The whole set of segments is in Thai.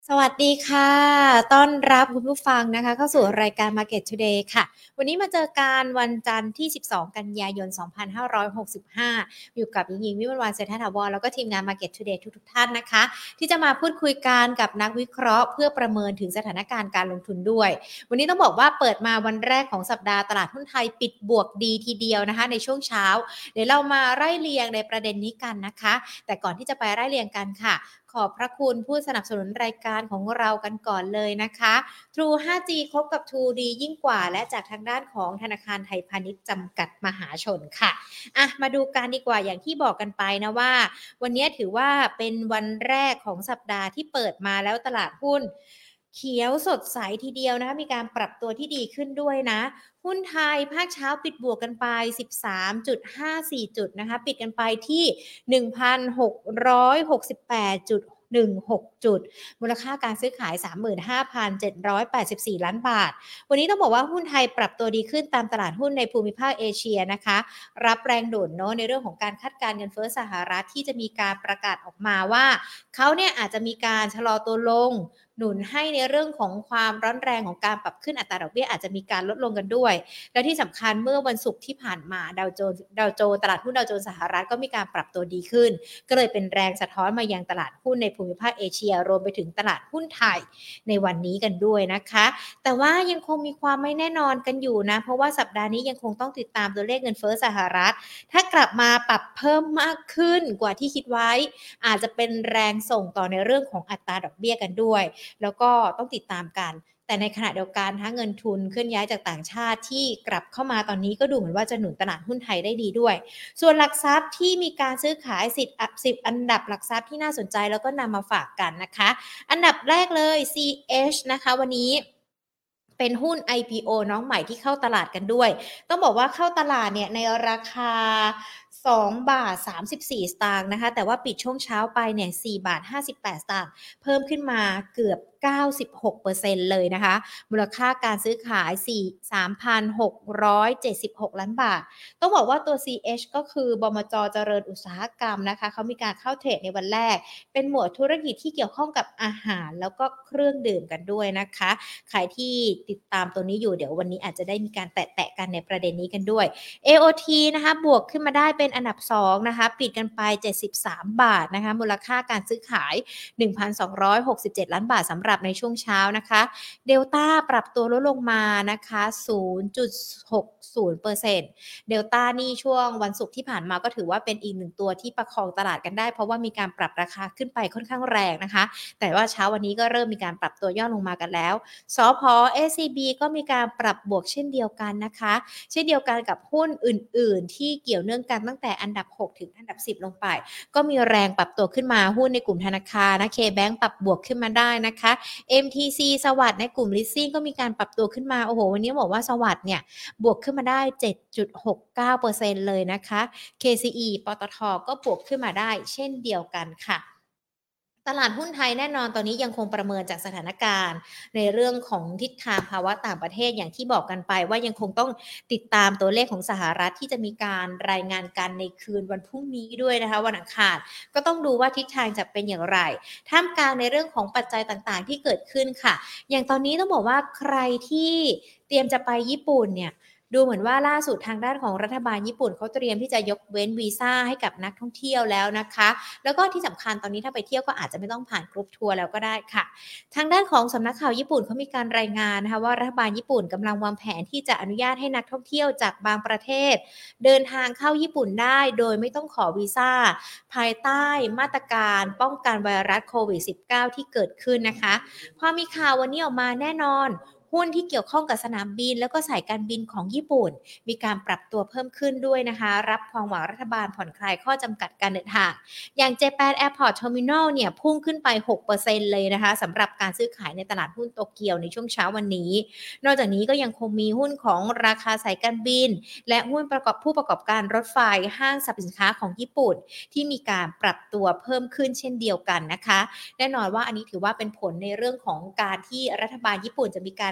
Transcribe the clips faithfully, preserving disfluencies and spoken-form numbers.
สวัสดีค่ะ ต้อนรับคุณผู้ฟังนะคะเข้าสู่รายการ Market Today ค่ะ วันนี้มาเจอกันวันจันทร์ที่ สิบสอง กันยายน สองพันห้าร้อยหกสิบห้า อยู่กับหญิง ๆ วิมลวรรณ เศรษฐถาวร แล้วก็ทีมงาน Market Today ทุก ๆ ท่านนะคะ ที่จะมาพูดคุยกันกับนักวิเคราะห์เพื่อประเมินถึงสถานการณ์การลงทุนด้วย วันนี้ต้องบอกว่าเปิดมาวันแรกของสัปดาห์ตลาดหุ้นไทยปิดบวกดีทีเดียวนะคะในช่วงเช้า เดี๋ยวเรามาไล่เรียงในประเด็นนี้กันนะคะ แต่ก่อนที่จะไปไล่เรียงกันค่ะ ขอบพระคุณผู้สนับสนุนรายการของเรากันก่อนเลยนะคะ True ไฟว์ จี คบกับ True ดียิ่งกว่า และจากทางด้านของธนาคารไทยพาณิชย์จำกัดมหาชนค่ะอะมาดูกันดีกว่าอย่างที่บอกกันไปนะว่า วันนี้ถือว่าเป็นวันแรกของสัปดาห์ที่เปิดมาแล้วตลาดหุ้นเขียวสดใสทีเดียวนะคะมีการปรับตัวที่ดีขึ้นด้วยนะ หุ้นไทยภาคเช้าปิดบวกกันไป สิบสามจุดห้าสี่ จุดนะคะปิดกันไปที่ หนึ่งพันหกร้อยหกสิบแปดจุดหนึ่งหก จุดมูลค่าการซื้อขาย สามหมื่นห้าพันเจ็ดร้อยแปดสิบสี่ ล้านบาทวันนี้ต้องบอกว่าหุ้นไทยปรับตัวดีขึ้นตามตลาดหุ้นในภูมิภาคเอเชียนะคะรับแรงโดดเนาะในเรื่องของการคาดการณ์เงินเฟ้อสหรัฐที่จะมีการประกาศออกมาว่าเขาเนี่ยอาจจะมีการชะลอตัวลงหนุนให้ในเรื่องของความร้อนแรงของการปรับขึ้นอัตราดอกเบี้ยอาจจะมีการลดลงกันด้วยและที่สำคัญเมื่อวันศุกร์ที่ผ่านมาดาวโจนส์ดาวโจนส์ตลาดหุ้นดาวโจนส์สหรัฐก็มีการปรับตัวดีขึ้นก็เลยเป็นแรงสะท้อนมายังตลาดหุ้นในภูมิภาคเอเชียรวมไปถึงตลาดหุ้นไทยในวันนี้กันด้วยนะคะแต่ว่ายังคงมีความไม่แน่นอนกันอยู่นะเพราะว่าสัปดาห์นี้ยังคงต้องติดตามตัวเลขเงินเฟ้อสหรัฐถ้ากลับมาปรับเพิ่มมากขึ้นกว่าที่คิดไว้อาจจะเป็นแรงส่งต่อในเรื่องของอัตราดอกเบี้ยกันด้วยแล้วก็ต้องติดตามกันแต่ในขณะเดียวกันถ้าเงินทุนเคลื่อนย้ายจากต่างชาติที่กลับเข้ามาตอนนี้ก็ดูเหมือนว่าจะหนุนตลาดหุ้นไทยได้ดีด้วยส่วนหลักทรัพย์ที่มีการซื้อขายสิบอัสิบอันดับหลักทรัพย์ที่น่าสนใจแล้วก็นำมาฝากกันนะคะอันดับแรกเลย ซี เอช นะคะวันนี้เป็นหุ้น ไอ พี โอ น้องใหม่ที่เข้าตลาดกันด้วยต้องบอกว่าเข้าตลาดเนี่ยในราคาสองบาทสามสิบสี่สตางค์นะคะแต่ว่าปิดช่วงเช้าไปเนี่ยสี่บาทห้าสิบแปดสตางค์เพิ่มขึ้นมาเกือบ เก้าสิบหกเปอร์เซ็นต์ เลยนะคะมูลค่าการซื้อขายสี่ สามพันหกร้อยเจ็ดสิบหก ล้านบาทต้องบอกว่าตัว ซี เอช ก็คือบมจ.เจริญอุตสาหกรรมนะคะเขามีการเข้าเทรดในวันแรกเป็นหมวดธุรกิจที่เกี่ยวข้องกับอาหารแล้วก็เครื่องดื่มกันด้วยนะคะใครที่ติดตามตัวนี้อยู่เดี๋ยววันนี้อาจจะได้มีการแตะๆกันในประเด็นนี้กันด้วย เอ โอ ที นะคะบวกขึ้นมาได้เป็นอันดับสองนะคะปิดกันไปเจ็ดสิบสามบาทนะคะมูลค่าการซื้อขาย หนึ่งพันสองร้อยหกสิบเจ็ด ล้านบาทสำหรับในช่วงเช้านะคะเดลต้าปรับตัวลดลงมานะคะ ศูนย์จุดหกศูนย์เปอร์เซ็นต์ เดลต้านี่ช่วงวันศุกร์ที่ผ่านมาก็ถือว่าเป็นอีกหนึ่งตัวที่ประคองตลาดกันได้เพราะว่ามีการปรับราคาขึ้นไปค่อนข้างแรงนะคะแต่ว่าเช้าวันนี้ก็เริ่มมีการปรับตัวย่อลงมากันแล้วสผ เอ ซี บี ก็มีการปรับบวกเช่นเดียวกันนะคะเช่นเดียวกันกับหุ้นอื่นๆที่เกี่ยวเนื่องกันตั้งแต่อันดับหกถึงอันดับสิบลงไปก็มีแรงปรับตัวขึ้นมาหุ้นในกลุ่มธนาคารนะ K-Bank ปรับบวกขึ้นมาได้นะคะ เอ็ม ที ซี สวัสด์ในกลุ่ม Leasing ก็มีการปรับตัวขึ้นมาโอ้โหวันนี้บอกว่าสวัสด์เนี่ยบวกขึ้นมาได้ เจ็ดจุดหกเก้าเปอร์เซ็นต์ เลยนะคะ เค ซี อี ปตท. ก็บวกขึ้นมาได้เช่นเดียวกันค่ะตลาดหุ้นไทยแน่นอนตอนนี้ยังคงประเมินจากสถานการณ์ในเรื่องของทิศทางภาวะต่างประเทศอย่างที่บอกกันไปว่ายังคงต้องติดตามตัวเลขของสหรัฐที่จะมีการรายงานกันในคืนวันพรุ่งนี้ด้วยนะคะวันอังคารก็ต้องดูว่าทิศทางจะเป็นอย่างไรท่ามกลางในเรื่องของปัจจัยต่างๆที่เกิดขึ้นค่ะอย่างตอนนี้ต้องบอกว่าใครที่เตรียมจะไปญี่ปุ่นเนี่ยดูเหมือนว่าล่าสุดทางด้านของรัฐบาลญี่ปุ่นเขาเตรียมที่จะยกเว้นวีซ่าให้กับนักท่องเที่ยวแล้วนะคะแล้วก็ที่สำคัญตอนนี้ถ้าไปเที่ยวก็อาจจะไม่ต้องผ่านกรุ๊ปทัวร์แล้วก็ได้ค่ะทางด้านของสำนักข่าวญี่ปุ่นเขามีการรายงานนะคะว่ารัฐบาลญี่ปุ่นกำลังวางแผนที่จะอนุญาตให้นักท่องเที่ยวจากบางประเทศเดินทางเข้าญี่ปุ่นได้โดยไม่ต้องขอวีซ่าภายใต้มาตรการป้องกันไวรัสโควิด สิบเก้า ที่เกิดขึ้นนะคะพอมีข่าววันนี้ออกมาแน่นอนหุ้นที่เกี่ยวข้องกับสนามบินแล้วก็สายการบินของญี่ปุ่นมีการปรับตัวเพิ่มขึ้นด้วยนะคะรับความหวังรัฐบาลผ่อนคลายข้อจำกัดการเดินทางอย่าง Japan Airport Terminal เนี่ยพุ่งขึ้นไป หกเปอร์เซ็นต์ เลยนะคะสำหรับการซื้อขายในตลาดหุ้นโตเกียวในช่วงเช้าวันนี้นอกจากนี้ก็ยังคงมีหุ้นของราคาสายการบินและหุ้นประกอบผู้ประกอบการรถไฟห้างสรรพสินค้าของญี่ปุ่นที่มีการปรับตัวเพิ่มขึ้นเช่นเดียวกันนะคะแน่นอนว่าอันนี้ถือว่าเป็นผลในเรื่องของการที่รัฐบาลญี่ปุ่นจะมีการ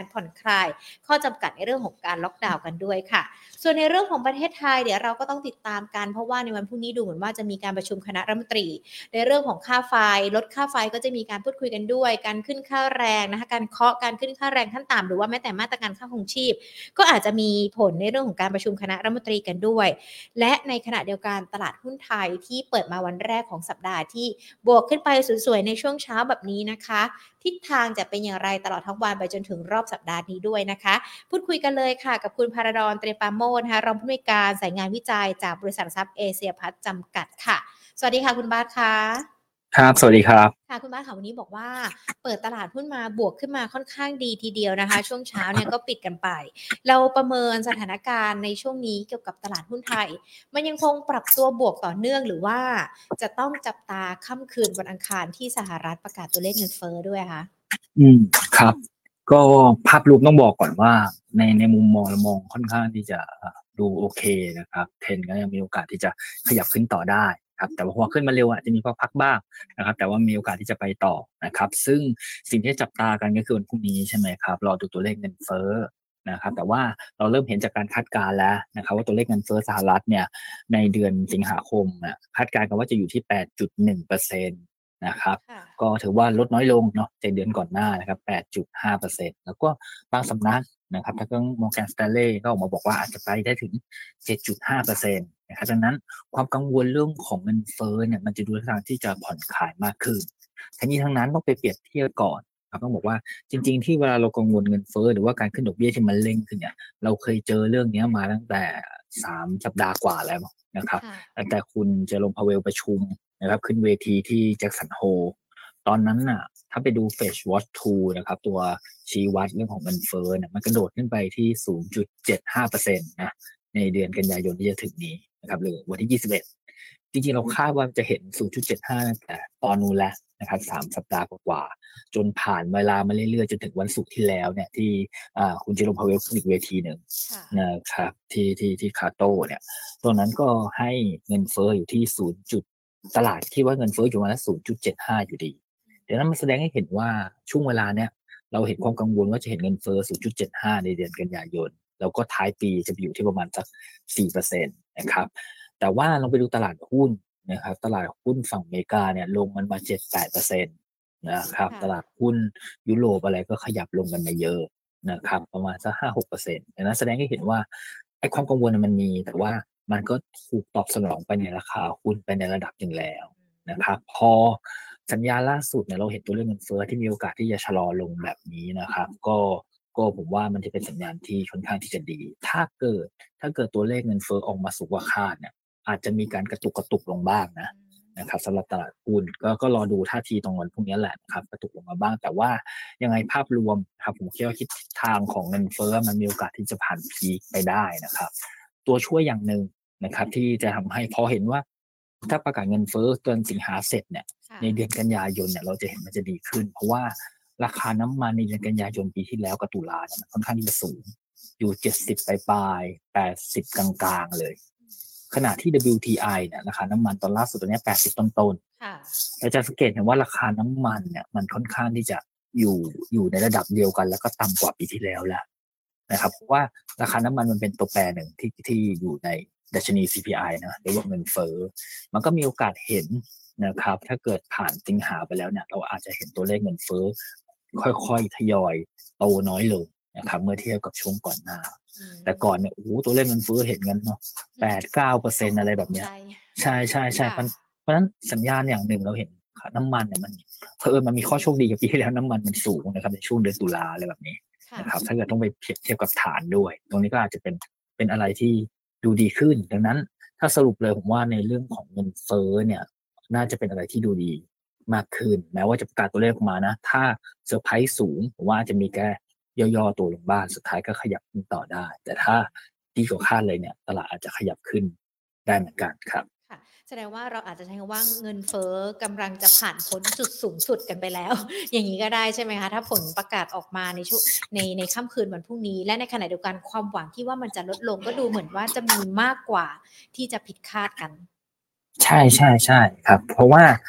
ผ่อนคลายข้อจำกัดในเรื่องของการล็อกดาวน์กันด้วยค่ะส่วนในเรื่องของประเทศไทยเดี๋ยวเราก็ต้องติดตามกันเพราะว่าในวันพรุ่งนี้ดูเหมือนว่าจะมีการประชุมคณะรัฐมนตรีในเรื่องของค่าไฟลดค่าไฟก็จะมีการพูดคุยกันด้วยการขึ้นค่าแรงนะคะการเคาะการขึ้นค่าแรงขั้นต่ำหรือว่าแม้แต่มาตรการค่าครองชีพก็อาจจะมีผลในเรื่องของการประชุมคณะรัฐมนตรีกันด้วยและในขณะเดียวกันตลาดหุ้นไทยที่เปิดมาวันแรกของสัปดาห์ที่บวกขึ้นไปสวยๆในช่วงเช้าแบบนี้นะคะทิศทางจะเป็นอย่างไรตลอดทั้งวันไปจนถึงรอบสัปดาห์นี้ด้วยนะคะพูดคุยกันเลยค่ะกับคุณภารดรเตรียมปราโมชนะคะรองผู้อำนวยการสายงานวิจัยจากบริษัทหลักทรัพย์เอเชียพัฒน์จำกัดค่ะสวัสดีค่ะคุณบาสค่ะครับสวัสดีครับค่ะคุณบาสค่ะวันนี้บอกว่าเปิดตลาดหุ้นมาบวกขึ้นมาค่อนข้างดีทีเดียวนะคะช่วงเช้าเนี่ยก็ปิดกันไปเราประเมินสถานการณ์ในช่วงนี้เกี่ยวกับตลาดหุ้นไทยมันยังคงปรับตัวบวกต่อเนื่องหรือว่าจะต้องจับตาค่ำคืนวันอังคารที่สหรัฐประกาศตัวเลขเงินเฟ้อด้วยคะอืมครับก็ภาพรวมต้องบอกก่อนว่าในในมุมมองเรามองค่อนข้างที่จะดูโอเคนะครับเทรนด์ก็ยังมีโอกาสที่จะขยับขึ้นต่อได้ครับแต่ว่าพอขึ้นมาเร็วอาจจะมีพักบ้างนะครับแต่ว่ามีโอกาสที่จะไปต่อนะครับซึ่งสิ่งที่จับตากันก็คือวันพรุ่งนี้ใช่ไหมครับรอดูตัวเลขเงินเฟ้อนะครับแต่ว่าเราเริ่มเห็นจากการคาดการณ์แล้วนะครับว่าตัวเลขเงินเฟ้อสหรัฐเนี่ยในเดือนสิงหาคมคาดการณ์กันว่าจะอยู่ที่ แปดจุดหนึ่งเปอร์เซ็นต์ นะครับก็ถือว่าลดน้อยลงเนาะจากเดือนก่อนหน้านะครับ แปดจุดห้าเปอร์เซ็นต์ แล้วก็บางสำนักนะครับถ้าก็ Morgan Stanley ก็ออกมาบอกว่าอาจจะไปได้ถึง เจ็ดจุดห้าเปอร์เซ็นต์ นะครับดังนั้นความกังวลเรื่องของเงินเฟ้อเนี่ยมันจะดูทางที่จะผ่อนคลายมากขึ้นทั้งนี้ทั้งนั้นต้องไปเปรียบเทียบก่อนครับต้องบอกว่าจริงๆที่เวลาเรากังวลเงินเฟ้อหรือว่าการขึ้นดอกเบี้ยที่มันเร่งขึ้นเนี่ยเราเคยเจอเรื่องนี้มาตั้งแต่สามสัปดาห์กว่าแล้วนะครับตั้งแต่คุณเจอร์โรม พาเวลประชุมนะครับขึ้นเวทีที่แจ็คสันโฮลตอนนั้นน่ะถ้าไปดู Fed Watch ทูนะครับตัวชี้วัดเรื่องของเงินเฟ้อเนี่ยมันกระโดดขึ้นไปที่ ศูนย์จุดเจ็ดห้าเปอร์เซ็นต์ นะในเดือนกันยายนที่จะถึงนี้นะครับหรือวันที่ยี่สิบเอ็ดจริงๆเราคาดว่าจะเห็น ศูนย์จุดเจ็ดห้า ตั้งแต่ตอนนู้นแล้วนะครับสามสัปดาห์กว่าจนผ่านเวลามาเรื่อยๆจนถึงวันศุกร์ที่แล้วเนี่ยที่คุณเจอร์โรม พาเวลขึ้นอีกเวทีหนึ่งนะครับที่ที่ที่คาโต้เนี่ยตรงนั้นก็ให้เงินเฟ้ออยู่ที่ ศูนย์ จุดตลาดที่ว่าเงินเฟ้ออยู่ประมาณ ศูนย์จุดเจ็ดห้า อยู่ดีเดี๋ยวนั้นมันแสดงให้เห็นว่าช่วงเวลาเนี้ยเราเห็นความกังวลว่าจะเห็นเงินเฟ้อ ศูนย์จุดเจ็ดห้า ในเดือนกันยายนแล้วก็ท้ายปีจะไปอยู่ที่ประมาณสัก สี่เปอร์เซ็นต์ นะครับแต่ว่าลองไปดูตลาดหุ้นนะครับตลาดหุ้นฝั่งอเมริกาเนี่ยลงมันมา เจ็ดถึงแปดเปอร์เซ็นต์ นะครับตลาดหุ้นยุโรปอะไรก็ขยับลงกันมาเยอะนะครับประมาณสัก ห้าถึงหกเปอร์เซ็นต์ ดังนั้นแสดงให้เห็นว่าไอ้ความกังวลมันมีแต่ว่ามันก็ถูกตอบสนองไปในราคาหุ้นไปในระดับหนึ่งแล้วนะครับพอสัญญาล่าสุดเนี่ยเราเห็นตัวเลขเงินเฟ้อที่มีโอกาสที่จะชะลอลงแบบนี้นะครับก็ก็ผมว่ามันจะเป็นสัญญาณที่ค่อนข้างที่จะดีถ้าเกิดถ้าเกิดตัวเลขเงินเฟ้อออกมาสูงกว่าคาดเนี่ยอาจจะมีการกระตุกกระตุกลงบ้างนะนะครับสำหรับตลาดหุ้นก็ก็รอดูท่าทีตรงวันพรุ่งนี้แหละนะครับกระตุกลงมาบ้างแต่ว่ายังไงภาพรวมครับผมคิดว่าทิศทางของเงินเฟ้อมันมีโอกาสที่จะผ่านพีคไปได้นะครับตัวช่วยอย่างหนึ่งนะครับที่จะทำให้พอเห็นว่าถ้าประกาศเงินเฟ้อเดือนสิงหาเสร็จเนี่ยในเดือนกันยายนเนี่ยเราจะเห็นมันจะดีขึ้นเพราะว่าราคาน้ำมันในเดือนกันยายนปีที่แล้วกับตุลาเนี่ยมันค่อนข้างที่จะสูงอยู่เจ็ดสิบปลายๆแปดสิบกลางๆเลยขณะที่ ดับเบิลยู ที ไอ เนี่ยราคาน้ำมันตอนล่าสุดตัวนี้แปดสิบต้นๆเราจะสังเกตเห็นว่าราคาน้ำมันเนี่ยมันค่อนข้างที่จะอยู่อยู่ในระดับเดียวกันแล้วก็ต่ำกว่าปีที่แล้วแล้วนะครับเพราะว่าราคาน้ำมันมันเป็นตัวแปรหนึ่งที่ที่อยู่ในดัชนี ซี พี ไอ นะหรือว่าเงินเฟ้อมันก็มีโอกาสเห็นนะครับถ้าเกิดผ่านสิงหาไปแล้วเนี่ยเราอาจจะเห็นตัวเลขเงินเฟ้อค่อยๆทยอยโตน้อยลงนะครับเมื่อเทียบกับช่วงก่อนหน้าแต่ก่อนเนี่ยโอ้โหตัวเลขเงินเฟ้อเห็นกันเนาะแปดเก้าเปอร์เซ็นต์อะไรแบบเนี้ยใช่ใช่ใช่เพราะฉะนั้นสัญญาณอย่างหนึ่งเราเห็นน้ำมันเนี่ยมันเพิ่มมันมีข้อโชคดีกับปีที่แล้วน้ำมันมันสูงนะครับในช่วงเดือนตุลาอะไรแบบนี้นะครับถ้าเกิดต้องไปเทียบเทียบกับฐานด้วยตรงนี้ก็อาจจะเป็นเป็นอะไรที่ดูดีขึ้นดังนั้นถ้าสรุปเลยผมว่าในเรื่องของเงินเฟ้อเนี่ยน่าจะเป็นอะไรที่ดูดีมากขึ้นแม้ว่าจะประกาศตัวเลขออกมานะถ้าเซอร์ไพรส์สูงผมว่าจะมีแค่ย่อๆตัวลงบ้างสุดท้ายก็ขยับขึ้นต่อได้แต่ถ้าดีกว่าคาดเลยเนี่ยตลาดอาจจะขยับขึ้นได้เหมือนกันครับแสดงว่าเราอาจจะใช้คำว่าเงินเฟ้อกำลังจะผ่านพ้นจุดสูงสุดกันไปแล้วอย่างนี้ก็ได้ใช่ไหมคะถ้าผลประกาศออกมาในช่วงในในค่ำคืนวันพรุ่งนี้และในขณะเดียวกันความหวังที่ว่ามันจะลดลงก็ดูเหมือนว่าจะมีมากกว่าที่จะผิดคาดกันใช่ใช่ใช่ครับเพราะว่าจ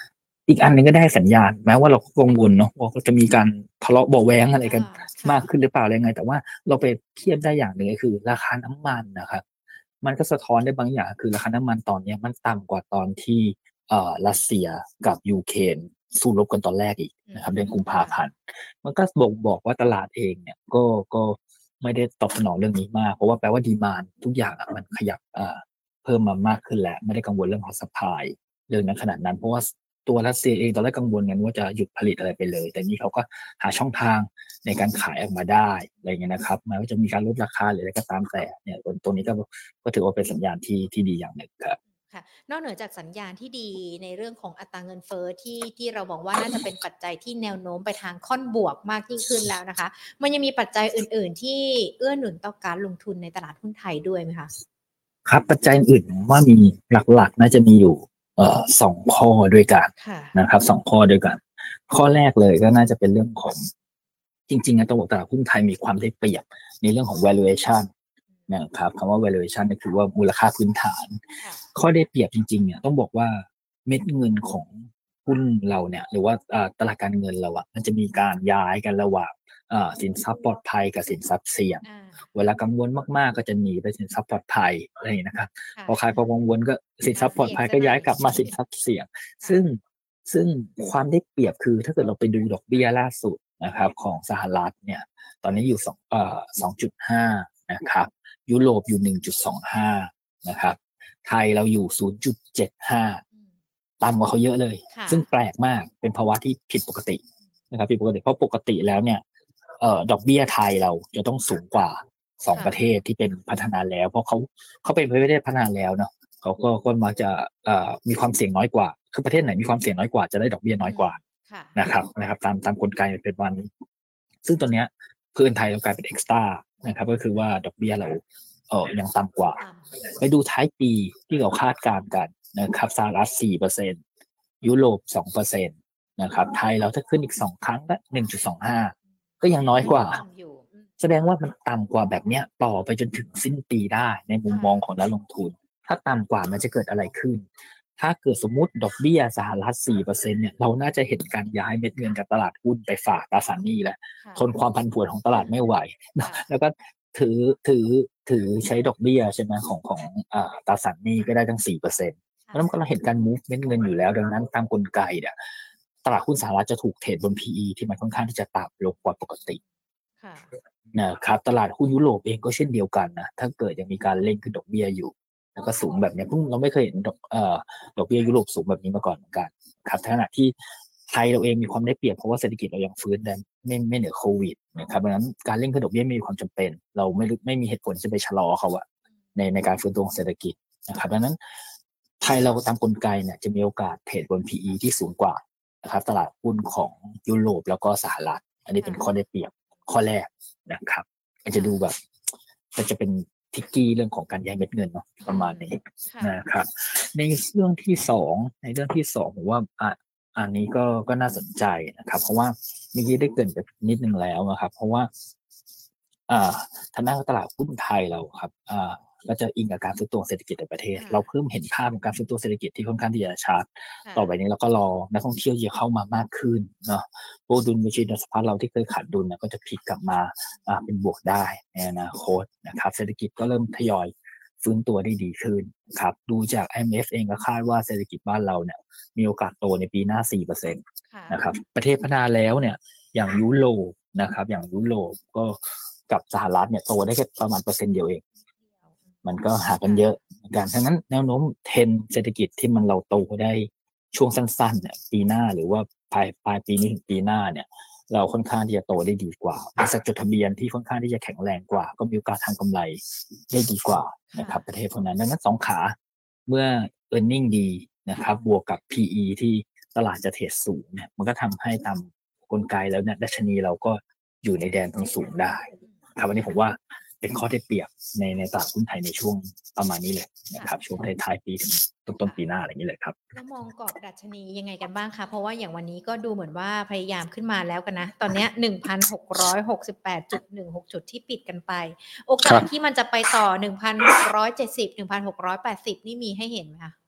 อีกอันหนึ่งก็ได้สัญญาณแม้ว่าเราก็กังวลเนาะว่าจะมีการทะเลาะเบาะแว้งอะไรกันมากขึ้นหรือเปล่าอะไรไงแต่ว่าเราไปเทียบได้อย่างหนึ่งก็คือราคาน้ำมันนะครับมันก็สะท้อนได้บางอย่างคือราคาน้ำมันตอนนี้มันต่ำกว่าตอนที่เอ่อรัสเซียกับยูเครนสู้รบกันตอนแรกอีกนะครับเดือนกุมภาพันธ์มันก็บ่งบอกว่าตลาดเองเนี่ยก็ก็ไม่ได้ตอบสนองเรื่องนี้มากเพราะว่าแปลว่าดีมานด์ทุกอย่างมันขยับเอ่อเพิ่มมามากขึ้นแล้วไม่ได้กังวลเรื่องของซัพพลายเรื่องนั้นขนาดนั้นเพราะว่าตัวรัสเซียเองตอนแรกกังวลกันว่าจะหยุดผลิตอะไรไปเลยแต่นี่เขาก็หาช่องทางในการขายออกมาได้อะไรเงี้ยนะครับแม้ว่าจะมีการลดราคาหรืออะไรก็ตามแต่เนี่ยตัวนี้ก็ก็ถือว่าเป็นสัญญาณที่ที่ดีอย่างหนึ่งครับค่ะนอกเหนือจากสัญญาณที่ดีในเรื่องของอัตราเงินเฟ้อที่ที่เราบอกว่าน่าจะเป็นปัจจัยที่แนวโน้มไปทางค่อนบวกมากยิ่งขึ้นแล้วนะคะมันยังมีปัจจัยอื่นๆที่เอื้อหนุนต่อการลงทุนในตลาดหุ้นไทยด้วยไหมคะครับปัจจัยอื่นว่ามีหลักๆน่าจะมีอยู่เอ่อสองข้อด้วยกันนะครับสองข้อด้วยกันข้อแรกเลยก็น่าจะเป็นเรื่องของจริงๆนะต้องบอกตลาดหุ้นไทยมีความได้เปรียบในเรื่องของ valuation นะครับคำว่า valuation ก็คือว่ามูลค่าพื้นฐานข้อได้เปรียบจริงๆเนี่ยต้องบอกว่าเม็ดเงินของหุ้นเราเนี่ยหรือว่าตลาดการเงินเราอะมันจะมีการย้ายกันระหว่างสินทรัพย์ปลอดภัยกับสินทรัพย์เสี่ยงเวลากังวลมากๆก็จะหนีไปสินทรัพย์ปลอดภัยอะไรอย่างนี้นะครับพอใครพอกังวลก็สินทรัพย์ปลอดภัยก็ย้ายกลับมาสินทรัพย์เสี่ยงซึ่งซึ่งความได้เปรียบคือถ้าเกิดเราไปดูดอกเบี้ยล่าสุดนะครับของสหรัฐเนี่ยตอนนี้อยู่สองเอ่อ สองจุดห้า นะครับยุโรปอยู่ หนึ่งจุดสองห้า นะครับไทยเราอยู่ ศูนย์จุดเจ็ดห้า ต่ำกว่าเขาเยอะเลยซึ่งแปลกมากเป็นภาวะที่ผิดปกตินะครับผิดปกติเพราะปกติแล้วเนี่ยเอ่อดอกเบี้ยไทยเราจะต้องสูงกว่าสองประเทศที่เป็นพัฒนาแล้วเพราะเขาเขาเป็นประเทศพัฒนาแล้วเนาะเขาก็ก็มักจะเอ่อมีความเสี่ยงน้อยกว่าคือประเทศไหนมีความเสี่ยงน้อยกว่าจะได้ดอกเบี้ยน้อยกว่านะครับนะครับตามตามกลไกเป็นวันนี้ซึ่งตอนเนี้ยเพื่อนไทยเรากลายเป็นเอ็กซ์ตร้านะครับก็คือว่าดอกเบี้ยเราเออยังต่ำกว่าไปดูท้ายปีที่เราคาดการณ์กันนะครับสหรัฐ สี่เปอร์เซ็นต์ ยุโรป สองเปอร์เซ็นต์ นะครับไทยเราถ้าขึ้นอีกสองครั้งก็ หนึ่งจุดสองห้า ก็ยังน้อยกว่าแสดงว่ามันต่ำกว่าแบบเนี้ยต่อไปจนถึงสิ้นปีได้ในมุมมองของนักลงทุนถ้าต่ำกว่ามันจะเกิดอะไรขึ้นถ้าเกิดสมมุติดอกเบี้ยสหรัฐ สี่เปอร์เซ็นต์ เนี่ยเราน่าจะเห็นการย้ายเม็ดเงินจากตลาดหุ้นไปฝากตราสารหนี้แล้วทนความผันผวนของตลาดไม่ไหวแล้วก็ถือถือถือใช้ดอกเบี้ยใช่ไหมของของอ่าตราสารหนี้ก็ได้ตั้ง สี่เปอร์เซ็นต์ เพราะฉะนั้นเราเห็นการ move เม็ดเงินอยู่แล้วดังนั้นตามกลไกเนี่ยตลาดหุ้นสหรัฐจะถูกเทรดบน พี อี ที่มันค่อนข้างที่จะต่ำลงกว่าปกตินะครับตลาดหุ้นยุโรปเองก็เช่นเดียวกันนะถ้าเกิดยังมีการเล่นขึ้นดอกเบี้ยอยู่แล้วก็สูงแบบนี้เพิ่งเราไม่เคยเห็นดอกเอ่อดอกเบี้ยยุโรปสูงแบบนี้มาก่อนเหมือนกันครับขณะที่ไทยเราเองมีความได้เปรียบเพราะว่าเศรษฐกิจเรายังฟื้นได้ไม่ไม่เหนือโควิดนะครับดังนั้นการเล่นขึ้นดอกเบี้ยไม่มีความจำเป็นเราไม่ไม่มีเหตุผลจะไปชะลอเขาอะในในการฟื้นตัวของเศรษฐกิจนะครับดังนั้นไทยเราตามกลไกเนี่ยจะมีโอกาสเทรดบน พี อี ที่สูงกว่านะครับตลาดหุ้นของยุโรปแล้วก็สหรัฐอันนี้เป็นข้อได้เปรียบข้อแรกนะครับมันจะดูแบบมันจะเป็นทิกกี้เรื่องของการย้ายเม็ดเงินเนาะประมาณนี้นะครับในเรื่องที่สองในเรื่องที่สองผมว่าอ่ะอันนี้ก็ก็น่าสนใจนะครับเพราะว่าเมื่อกี้ได้เกริ่นไปนิดนึงแล้วนะครับเพราะว่าอ่าทางด้านตลาดหุ้นไทยเราครับอ่าก็จะอิงกับการฟื้นตัวเศรษฐกิจในประเทศเราเพิ่มเห็นภาพของการฟื้นตัวเศรษฐกิจที่ค่อนข้างที่จะชัดต่อไปนี้เราก็รอนักท่องเที่ยวจะเข้ามามากขึ้นเนาะโบดุลบัญชีเงินสะพัดเราที่เคยขาดดุลนะก็จะพลิกกลับมาอ่าเป็นบวกได้ในอนาคตนะครับเศรษฐกิจก็เริ่มทยอยฟื้นตัวได้ดีขึ้นครับดูจาก ไอ เอ็ม เอฟ เองก็คาดว่าเศรษฐกิจบ้านเราเนี่ยมีโอกาสโตในปีหน้า สี่เปอร์เซ็นต์ นะครับประเทศพัฒนาแล้วเนี่ยอย่างยุโรปนะครับอย่างยุโรปก็กับสหรัฐเนี่ยโตได้แค่ประมาณเปอร์เซ็นต์เดียวเองมันก็หากันเยอะกันทั้งนั้นแนวโน้มเทรนเศรษฐกิจที่มันเราโตได้ช่วงสั้นๆเนี่ยปีหน้าหรือว่าปลายปลายปีนี้ถึงปีหน้าเนี่ยเราค่อนข้างที่จะโตได้ดีกว่าบริษัทจดทะเบียนที่ค่อนข้างที่จะแข็งแรงกว่าก็มีโอกาสทำกำไรได้ดีกว่านะครับประเทศพวกนั้นดังนั้นสองขาเมื่อ earning ดีนะครับบวกกับ พี อี ที่ตลาดจะเทรดสูงเนี่ยมันก็ทำให้ตามกลไกแล้วเนี่ยดัชนีเราก็อยู่ในแดนตรงสูงได้ครับวันนี้ผมว่าเป็นข้อได้เปรียบในในตลาดหุ้นไทยในช่วงประมาณนี้เลยนะครับช่วงท้ายๆปีถึงต้นต้นปีหน้าอะไรอย่างนี้เลยครับแล้วมองกรอบดัชนียังไงกันบ้างคะเพราะว่าอย่างวันนี้ก็ดูเหมือนว่าพยายามขึ้นมาแล้วกันนะตอนนี้ หนึ่งพันหกร้อยหกสิบแปดจุดหนึ่งหก จุดที่ปิดกันไปโอกาสที่มันจะไปต่อ หนึ่งพันหกร้อยเจ็ดสิบ หนึ่งพันหกร้อยแปดสิบ นี่มีให้เห็นไหมคะ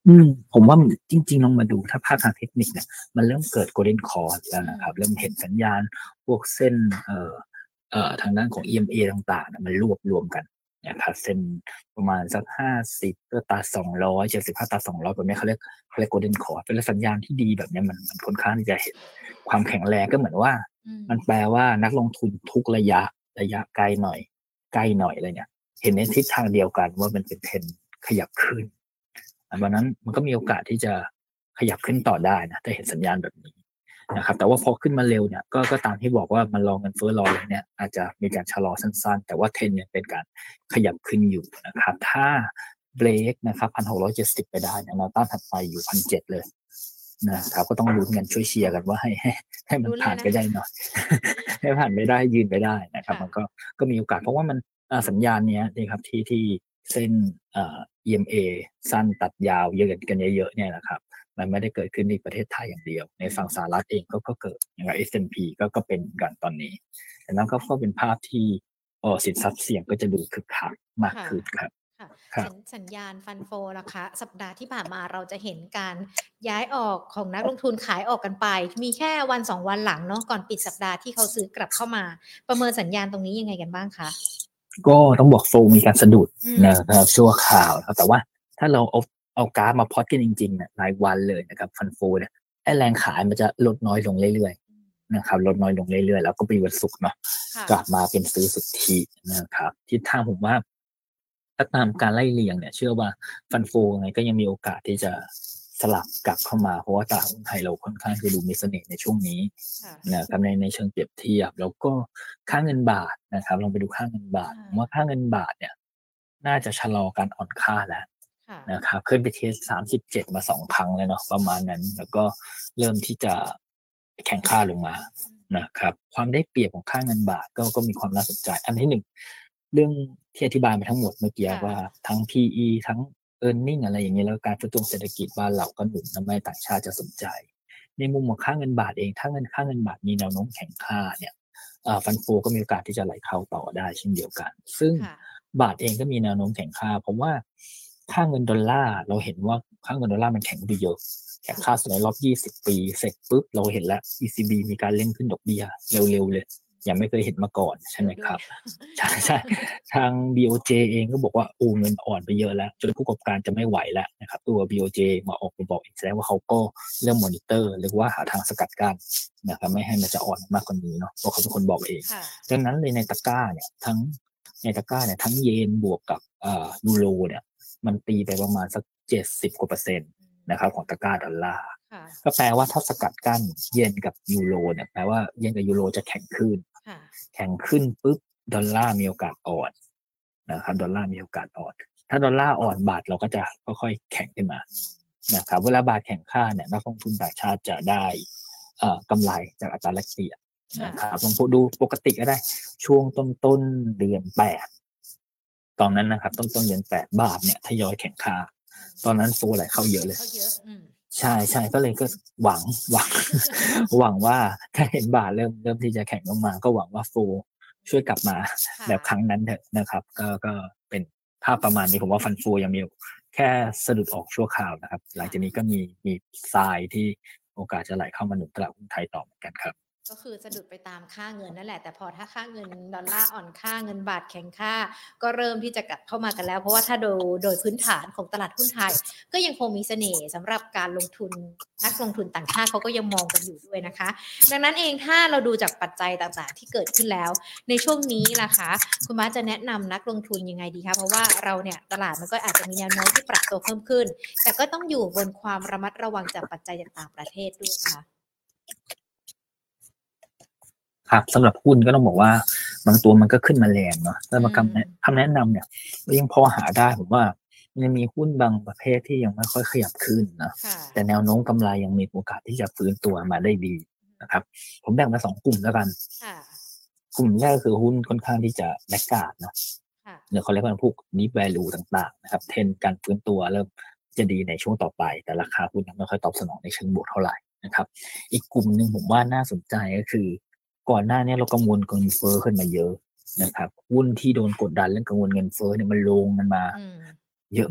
อืมผมว่าจริงๆลองมาดูถ้าภาพทางเทคนิคเนี่ยมันเริ่มเกิด Golden Cross แล้วนะครับเริ่มเห็นสัญญาณพวกเส้นเอ่อเอ่อทางด้านของ อี เอ็ม เอ ต่างๆเนี่ยมันรวบรวมกันนะครับเส้นประมาณสักห้าสิบก็ตาสองร้อยเจ็ดสิบห้าตาสองร้อยแบบนี้เขาเรียกเขาเรียก Golden Cross เป็นสัญญาณที่ดีแบบนี้มันมันค่อนข้างที่จะเห็นความแข็งแรงก็เหมือนว่ามันแปลว่านักลงทุนทุกระยะระยะไกลหน่อยใกล้หน่อยอะไรเนี่ยเห็นในทิศทางเดียวกันว่ามันเป็นเทรนด์ขยับขึ้นวันนั้นมันก็มีโอกาสที่จะขยับขึ้นต่อได้นะถ้าเห็นสัญญาณแบบนี้นะครับแต่ว่าพอขึ้นมาเร็วเนี่ยก็ก็ตามที่บอกว่ามันรอเงินเฟ้อรออะไรเนี่ยอาจจะมีการชะลอสั้นๆแต่ว่าเทรนเนี่ยเป็นการขยับขึ้นอยู่นะครับถ้าเบรกนะครับพันหกร้อยเจ็ดสิบไปได้เนี่ยแนวต้านถัดไปอยู่พันเจ็ดเลยนะครับก็ต้องลุ้นกันช่วยเชียร์กันว่าให้ให้ให้มันผ่านไปได้หน่อยให้ผ่านไม่ได้ยืนไปได้นะครับมันก็ก็มีโอกาสเพราะว่ามันสัญญาณเนี้ยนะครับที่ที่เส้นเอ่อ อี เอ็ม เอ สั้นตัดยาวเยอะกันเยอะๆเนี่ยนะครับมันไม่ได้เกิดขึ้นในประเทศไทยอย่างเดียวในฝั่งสหรัฐเองก็ก็เกิดอย่าง เอส แอนด์ พี ก็ก็เป็นกันตอนนี้แต่นั้นก็ก็เป็นภาพที่เอ่อสินทรัพย์เสี่ยงก็จะดูคึกคักมากขึ้นครับค่ะสัญญาณฟันโฟล่ะคะสัปดาห์ที่ผ่านมาเราจะเห็นการย้ายออกของนักลงทุนขายออกกันไปมีแค่วันสองวันหลังเนาะก่อนปิดสัปดาห์ที่เขาซื้อกลับเข้ามาประเมินสัญญาณตรงนี้ยังไงกันบ้างคะก็ต้องบอกโฟมีการสะดุดนะครับชั่วข่าวแต่ว่าถ้าเราเอาเอากราฟมาพอตกันจริงๆเนี่ยรายวันเลยนะครับฟันโฟเนี่ยไอ้แรงขายมันจะลดน้อยลงเรื่อยๆนะครับลดน้อยลงเรื่อยๆแล้วก็ปีวันศุกร์เนาะกลับมาเป็นซื้อสุทธินะครับทิศทางผมว่าถ้าตามการไล่เรียงเนี่ยเชื่อว่าฟันโฟไงก็ยังมีโอกาสที่จะสลับกลับเข้ามาเพราะว่าตลาดหุ้นไทยเราค่อนข้างจะดูมีเสน่ห์ในช่วงนี้นะครับในในเชิงเปรียบเทียบแล้วก็ค่าเงินบาทนะครับลองไปดูค่าเงินบาทว่าค่าเงินบาทเนี่ยน่าจะชะลอการอ่อนค่าแล้วนะครับขึ้นไปเทสสามสิบเจ็ดมาสองครั้งเลยเนาะประมาณนั้นแล้วก็เริ่มที่จะแข่งค่าลงมานะครับความได้เปรียบของค่าเงินบาทก็ก็มีความน่าสนใจอันที่หนึ่งเรื่องที่อธิบายมาทั้งหมดเมื่อกี้ว่าทั้ง พี อี ทั้งearning อะไรอย่างเงี้ยแล้วการฟื้นตัวเศรษฐกิจบ้านเราก็หนุนทำให้ต่างชาติจะสนใจในมุมของค่าเงินบาทเองถ้าเงินค่าเงินบาทมีแนวโน้มแข็งค่าเนี่ยฟันโฟก็มีโอกาสที่จะไหลเข้าต่อได้เช่นเดียวกันซึ่งบาทเองก็มีแนวโน้มแข็งค่าผมว่าค่าเงินดอลลาร์เราเห็นว่าค่าเงินดอลลาร์มันแข็งไปเยอะแข็งค่าสุดในรอบยี่สิบปีเสร็จปุ๊บเราเห็นแล้ว อี ซี บี มีการเล่นขึ้นดอกเบี้ยเร็วๆเลยยังไม่เคยเห็นมาก่อนใช่ไหมครับใช่ใช่ทาง บี โอ เจ เองก็บอกว่าโอ้เงินอ่อนไปเยอะแล้วจนผู้ประกอบการจะไม่ไหวแล้วนะครับตัว บี โอ เจ มาออกมาบอกอีกแสดงว่าเขาก็เริ่มมอนิเตอร์หรือว่าหาทางสกัดกั้นนะครับไม่ให้มันจะอ่อนมากกว่านี้เนาะเพราะเขาเป็นคนบอกเองดังนั้นเลยในตะกร้าเนี่ยทั้งในตะกร้าเนี่ยทั้งเยนบวกกับอ่ายูโรเนี่ยมันตีไปประมาณสักเจ็ดสิบกว่าเปอร์เซ็นต์นะครับของตะกร้าดอลลาร์ก็แปลว่าถ้าสกัดกั้นเยนกับยูโรเนี่ยแปลว่าเยนกับยูโรจะแข็งขึ้นแข็งขึ้นปุ๊บดอลลาร์มีโอกาสอ่อนนะครับดอลลาร์มีโอกาสอ่อนถ้าดอลลาร์อ่อนบาทเราก็จะค่อยๆแข็งขึ้นมานะครับเวลาบาทแข็งค่าเนี่ยนักลงทุนต่างชาติจะได้กำไรจากอัตราแลกเปลี่ยนนะครับลองดูปกติก็ได้ช่วงต้นๆเดือนแปดตอนนั้นนะครับต้นๆเดือนแปดบาทเนี่ยทยอยแข็งค่าตอนนั้นโฟไหลเข้าเยอะเลยใช่ใช่ก็เลยก็หวังหวังหวังว่าถ้าเห็นบาทเริ่มเริ่มที่จะแข็งลงมาก็หวังว่าโฟช่วยกลับมาแบบครั้งนั้นเถอะนะครับก็ก็เป็นภาพประมาณนี้ผมว่าฟันโฟยังมีแค่สะดุดออกชั่วคราวนะครับหลังจากนี้ก็มีมีทรายที่โอกาสจะไหลเข้ามาหนุนตลาดหุ้นไทยต่อเหมือนกันครับก็คือสะดุดไปตามค่าเงินนั่นแหละแต่พอถ้าค่าเงินดอลลาร์อ่อนค่าเงินบาทแข็งค่าก็เริ่มที่จะกลับเข้ามากันแล้วเพราะว่าถ้าโดยโดยพื้นฐานของตลาดหุ้นไทยก็ยังคงมีเสน่ห์สำหรับการลงทุนนักลงทุนต่างชาติเขาก็ยังมองกันอยู่ด้วยนะคะดังนั้นเองถ้าเราดูจากปัจจัยต่างๆที่เกิดขึ้นแล้วในช่วงนี้ล่ะคะคุณม้าจะแนะนำนักลงทุนยังไงดีคะเพราะว่าเราเนี่ยตลาดมันก็อาจจะมีแนวโน้มที่ปรับตัวเพิ่มขึ้นแต่ก็ต้องอยู่บนความระมัดระวังจากปัจจัยจากต่างประเทศด้วยค่ะครับสำหรับหุ้นก็ต้องบอกว่าบางตัวมันก็ขึ้นมาแรงเนาะแล้วมาคำคำแนะนำเนี่ยยังพอหาได้ผมว่ามันมีหุ้นบางประเภทที่ยังไม่ค่อยขยับขึ้นนะแต่แนวโน้มกำไรยังมีโอกาสที่จะฟื้นตัวมาได้ดีนะครับผมแบ่งมาสองกลุ่มแล้วกันกลุ่มแรกคือหุ้นค่อนข้างที่จะแลกขาดเนาะเดี๋ยวเขาเรียกว่าพวกนิฟแวลูต่างๆนะครับเทรนการฟื้นตัวเริ่มจะดีในช่วงต่อไปแต่ราคาหุ้นยังไม่ค่อยตอบสนองในเชิงบวกเท่าไหร่นะครับอีกกลุ่มหนึ่งผมว่าน่าสนใจก็คือก่อนหน้านี้เรากังวลเงินเฟ้อขึ้นมาเยอะนะครับหุ้นที่โดนกดดันเรื่องกังวลเงินเฟ้อเนี่ยมันลงมันมาเยอะมาก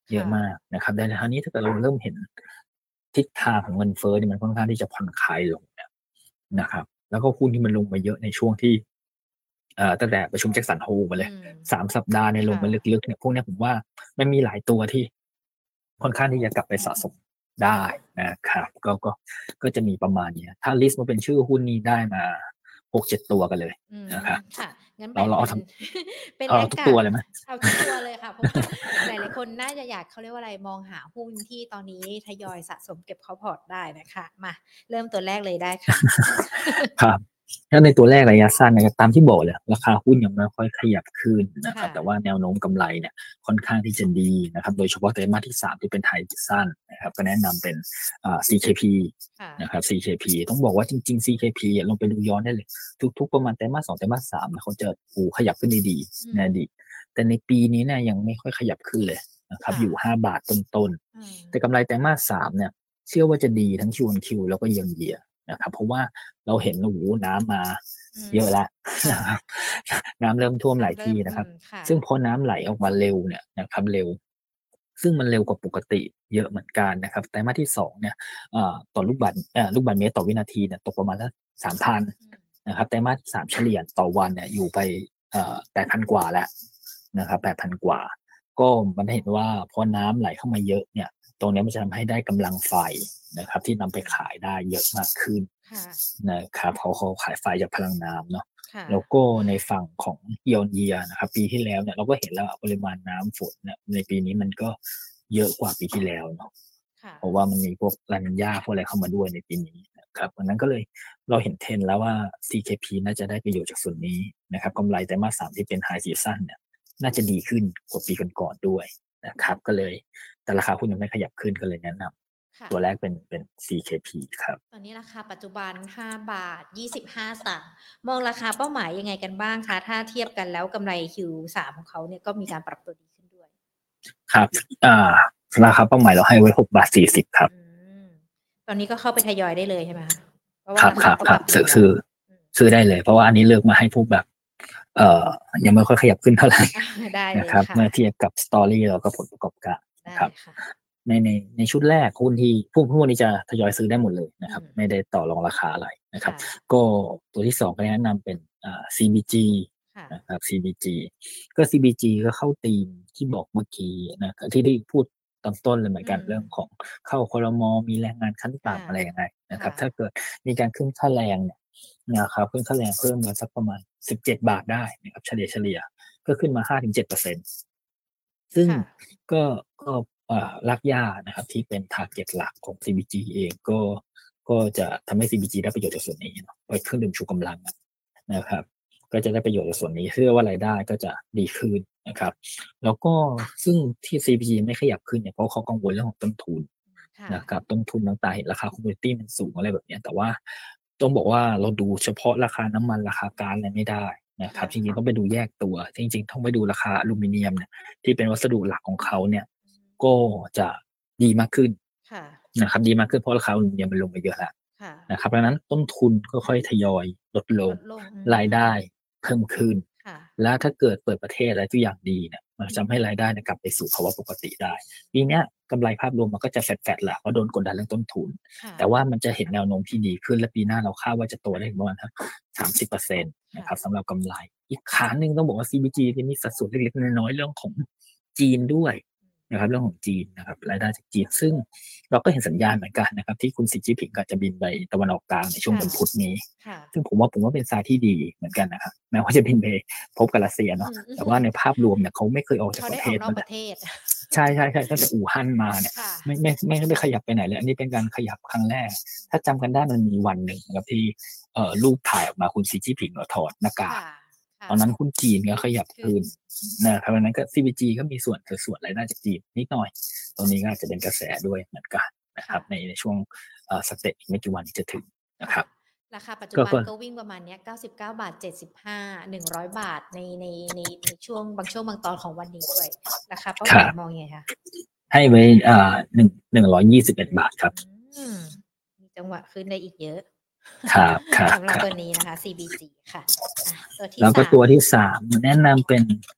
เยอะมากนะครับแต่คราวนี้ถ้าเกิดเราเริ่มเห็นทิศทางของเงินเฟ้อเนี่ยมันค่อนข้างที่จะผ่อนคลายลงเนี่ยนะครับแล้วก็หุ้นที่มันลงมาเยอะในช่วงที่เอ่อตั้งแต่ประชุมแจ็คสันโฮลมาเลยสามสัปดาห์เนี่ยลงมาลึกๆเนี่ยพวกนี้ผมว่ามันมีหลายตัวที่ค่อนข้างที่จะกลับไปสะสมได้นะครับก็ก็ก็จะมีประมาณนี้ถ้าลิสต์มาเป็นชื่อหุ้นนี้ได้มาหกเจ็ดตัวกันเลยนะครับค่ะงั้นเราเราเอาทั้งเป็นเอาทุกตัวเลยไหมเอาทุกตัวเลยค่ะเพราะว่าหลายๆคนน่าจะอยากเขาเรียกว่าอะไรมองหาหุ้นที่ตอนนี้ทยอยสะสมเก็บเข้าพอร์ตได้นะคะมาเริ่มตัวแรกเลยได้ค่ะครับถ้าในตัวแรกระยะสั้นนะครับตามที่บอกเลยราคาหุ้นยังไม่ค่อยขยับขึ้นนะครับแต่ว่าแนวโน้มกำไรเนี่ยค่อนข้างที่จะดีนะครับโดยเฉพาะไตรมาสที่สามที่เป็นไทยสั้นนะครับก็แนะนำเป็นอ่า ซี เค พี นะครับ ซี เค พี ต้องบอกว่าจริงๆ ซี เค พี ลงไปดูย้อนได้เลยทุกๆประมาณไตรมาสสองไตรมาสสามเขาจะโอ้ขยับขึ้นดีๆในอดีตแต่ในปีนี้เนี่ยยังไม่ค่อยขยับขึ้นเลยนะครับอยู่ห้าบาทต้นๆแต่กำไรไตรมาสสามเนี่ยเชื่อว่าจะดีทั้ง คิว ออน คิว แล้วก็เยียร์เยียร์นะครับเพราะว่าเราเห็นโอ้โหน้ำมาเยอะแล้วนะครับน้ำเริ่มท่วมหลายที่นะครับซึ่งพอน้ำไหลออกมาเร็วเนี่ยนะครับเร็วซึ่งมันเร็วกว่าปกติเยอะเหมือนกันนะครับไตรมาสที่สองเนี่ยต่อลูกบาศก์ลูกบาศก์เมตรต่อวินาทีเนี่ยตกประมาณสักสามพันนะครับไตรมาสสามเฉลี่ยต่อวันเนี่ยอยู่ไปแปดพันกว่าแล้วนะครับแปดพันกว่าก็มันเห็นว่าพอน้ำไหลเข้ามาเยอะเนี่ยตรงนี้มันจะทำให้ได้กำลังไฟนะครับที่นำไปขายได้เยอะมากขึ้นนะครับเขาเขาขายไฟจากพลังน้ำเนาะแล้วก็ในฝั่งของเยียร์เยียนะครับปีที่แล้วเนี่ยเราก็เห็นแล้วปริมาณน้ำฝนเนี่ยในปีนี้มันก็เยอะกว่าปีที่แล้วเนาะเพราะว่ามันมีพวกลานิญาพวกอะไรเข้ามาด้วยในปีนี้นะครับดังนั้นก็เลยเราเห็นเทรนด์แล้วว่า ซี เค พี น่าจะได้ประโยชน์จากส่วนนี้นะครับกำไรไตรมาสสามที่เป็นไฮซีซั่นเนี่ยน่าจะดีขึ้นกว่าปีก่อนๆด้วยนะครับก็เลยแต่ราคาหุ้นยังไม่ขยับขึ้นก็เลยแนะนำตัวแรกเป็นเป็น ซี เค พี ครับตอนนี้ราคาปัจจุบันห้าบาทยี่สิบห้าสตางค์มองราคาเป้าหมายยังไงกันบ้างคะถ้าเทียบกันแล้วกำไร คิว สาม ของเขาเนี่ยก็มีการปรับตัวดีขึ้นด้วยครับอ่าราคาเป้าหมายเราให้ไว้หกบาทสี่สิบครับตอนนี้ก็เข้าไปทยอยได้เลยใช่ไหมคะครับครับครับซื้อซื้อซื้อได้เลยเพราะว่าอันนี้เลือกมาให้พวกแบบเอ่อยังไม่ค่อยขยับขึ้นเท่าไหร่นะครับเมื่อเทียบกับสตอรี่เราก็ผลประกอบการนะครับในในในชุดแรกหุ้นที่พวกพวกนี้จะทยอยซื้อได้หมดเลยนะครับไม่ได้ต่อรองราคาอะไรนะครับก็ตัวที่สองก็แนะนำเป็นอ่า ซี บี จี นะครับ ซี บี จี ก็ ซี บี จี ก็เข้าธีมที่บอกเมื่อกี้นะครับที่ได้พูดตอนต้นเลยเหมือนกันเรื่องของเข้าครม.มีแรงงานขั้นต่ำอะไรยังไงนะครับถ้าเกิดมีการขึ้นค่าแรงเนี่ยนะครับขึ้นค่าแรงเพิ่มมาสักประมาณสิบเจ็ดบาทได้นะครับเฉลี่ยเฉลี่ยก็ขึ้นมา ห้าถึงเจ็ดเปอร์เซ็นต์ ซึ่งก็ก็รากหญ้านะครับที่เป็น target หลักของ ซี บี จี เองก็ก็จะทำให้ ซี บี จี ได้ประโยชน์จากส่วนนี้เนาะไปเครื่องดื่มชูกำลังนะครับก็จะได้ประโยชน์จากส่วนนี้เชื่อว่ารายได้ก็จะดีขึ้นนะครับแล้วก็ซึ่งที่ ซี บี จี ไม่ขยับขึ้นเนี่ยเพราะเขากังวลเรื่องของต้นทุนนะครับต้นทุนต่างๆเห็นราคาคอมมูนิตี้มันสูงอะไรแบบนี้แต่ว่าต้องบอกว่าเราดูเฉพาะราคาน้ำมันราคาก๊าซอะไรไม่ได้นะครับจริงๆต้องไปดูแยกตัวจริงๆต้องไปดูราคาอลูมิเนียมเนี่ยที่เป็นวัสดุหลักของเขาเนี่ยก็จะดีมากขึ้นนะครับดีมากขึ้นเพราะราคาอลูมิเนียมมันลงไปเยอะแล้วนะครับดังนั้นต้นทุนก็ค่อยทยอยลดลงรายได้เพิ่มขึ้นแล้วถ้าเกิดเปิดประเทศอะไรทุกอย่างดีเนี่ยมันจะทำให้รายได้กลับไปสู่ภาวะปกติได้ปีนี้กำไรภาพรวมมันก็จะแฟดๆแหละเพราะโดนกดดันเรื่องต้นทุนแต่ว่ามันจะเห็นแนวโน้มที่ดีขึ้นและปีหน้าเราคาดว่าจะโตได้ประมาณสามสิบเปอร์เซ็นต์นะครับสำหรับกำไรอีกขาหนึ่งต้องบอกว่า ซี บี จี จะมีสัดส่วนเล็กๆน้อยๆเรื่องของจีนด้วยนะครับเรื่องของจีนนะครับรายได้จากจีนซึ่งเราก็เห็นสัญญาณเหมือนกันนะครับที่คุณสีจิ้นผิงก็จะบินไปตะวันออกกลางในช่วงวันพุธนี้ซึ่งผมว่าผมว่าเป็นสายที่ดีเหมือนกันนะครับแม้ว่าจะบินไปพบกับรัสเซียเนาะแต่ว่าในภาพรวมเนี่ยเขาไม่เคยออกจากประเทศมาใช่ใช่ใช่ตั้งแต่อู่ฮั่นมาเนี่ยไม่ไม่ไม่ได้ขยับไปไหนเลยอันนี้เป็นการขยับครั้งแรกถ้าจำกันได้มันมีวันหนึ่งนะครับที่เอ่อรูปถ่ายออกมาคุณสีจิ้นผิงถอดหน้ากากตอนนั้นหุ้นจีนก็ขยับขึ้นนะครับดังนั้นก็ ซี บี จี ก็มีส่วนส่วนรายได้จากจีนนิดหน่อยตรงนี้ก็อาจจะเป็นกระแสด้วยเหมือนกันนะครับในในช่วงสเตจอีกไม่กี่วันจะถึงนะครับราคาปัจจุบันก็วิ่งประมาณนี้เก้าสิบเก้าบาทเจ็ดสิบห้า หนึ่งร้อยบาทในในในในช่วงบางช่วงบางตอนของวันนี้ด้วยราคาเป้าหมายมองยังไงคะให้ไว้อ่าหนึ่งหนึ่งร้อยยี่สิบเอ็ดบาทครับมีจังหวะขึ้นได้อีกเยอะครับครับสำหรับตัวนี้นะคะ ซี บี จี ค่ะตัวที่แล้วก็ตัวที่สามแนะนำเป็น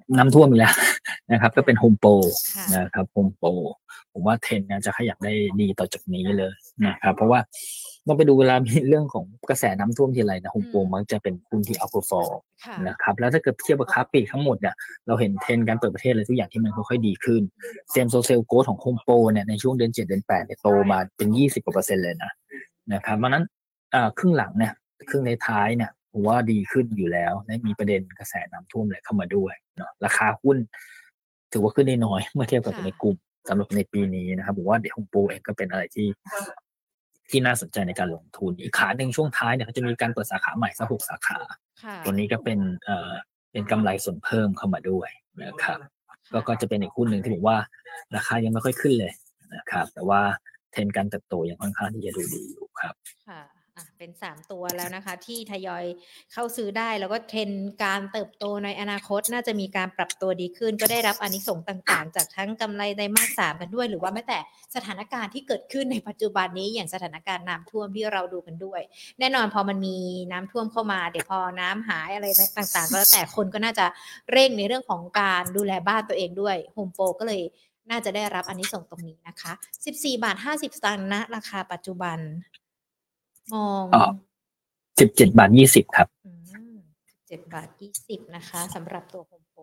น้ำท่วมอีกแล้ว นะครับก็เป็นโฮมโปรค่ะนะครับโฮมโปรผมว่าเทรนด์เนี่ยจะขยับได้ดีต่อจากนี้เลยนะครับเพราะว่าต้องไปดูเวลามีเรื่องของกระแสน้ำท่วมทีไรนะโฮมโปรอืมมักจะเป็นหุ้นที่ outperform ค่ะนะครับแล้วถ้าเกิดเทียบกับค้าปลีกทั้งหมดเนี่ยเราเห็นเทรนด์การเปิดประเทศอะไรทุกอย่างที่มันค่อยๆดีขึ้น Same Store Sales Growth ของ Home Pro เนี่ยในช่วงเดือนเจ็ดเดือนแปดเนี่ยโตมาเป็น ยี่สิบ กว่าเปอร์เซ็นต์เลยนะนะครับเพราะฉะนั้นอ่าครึ่งหลังเนี่ยครึ่งในท้ายเนี่ยผมว่าดีขึ้นอยู่แล้วและมีประเด็นกระแสน้ำท่วมอะไรเข้ามาด้วยเนาะราคาหุ้นถือว่าขึ้นได้น้อยเมื่อเทียบกับค่ะในกลุ่มสำหรับในปีนี้นะครับผมว่าเดี๋ยว Home Pro เองก็เป็นอะไรที่ที่น่าสนใจในการลงทุนอีกขาหนึ่งช่วงท้ายเนี่ยเขาจะมีการเปิดสาขาใหม่สักหกสาขาค่ะตัวนี้ก็เป็นเอ่อเป็นกำไรส่วนเพิ่มเข้ามาด้วยนะครับก็ก็จะเป็นอีกหุ้นหนึ่งที่ผมว่าราคายังไม่ค่อยขึ้นเลยนะครับแต่ว่าเทรนด์การเติบโตยังค่อนข้างที่จะดูดีอยู่ครับค่ะอ่ะเป็นสามตัวแล้วนะคะ ที่ทยอยเข้าซื้อได้แล้วก็เทรนด์การเติบโตในอนาคตน่าจะมีการปรับตัวดีขึ้น ก็ได้รับอานิสงส์ต่างๆ จากทั้งกำไรไตรมาสสามกันด้วย หรือว่าแม้แต่สถานการณ์ที่เกิดขึ้นในปัจจุบันนี้อย่างสถานการณ์น้ำท่วมที่เราดูกันด้วย แน่นอนพอมันมีน้ำท่วมเข้ามาเดี๋ยวพอน้ำหายอะไรต่างๆ ก็แล้วแต่คนก็น่าจะเร่งในเรื่องของการดูแลบ้านตัวเองด้วยโฮมโปรก็เลยน่าจะได้รับอานิสงส์ตรงนี้นะคะสิบสี่บาทห้าสิบสตางค์ณราคาปัจจุบัน มองอ๋อ สิบเจ็ดบาทยี่สิบครับอืมสิบเจ็ดบาทยี่สิบนะคะสำหรับตัวโฮมโปร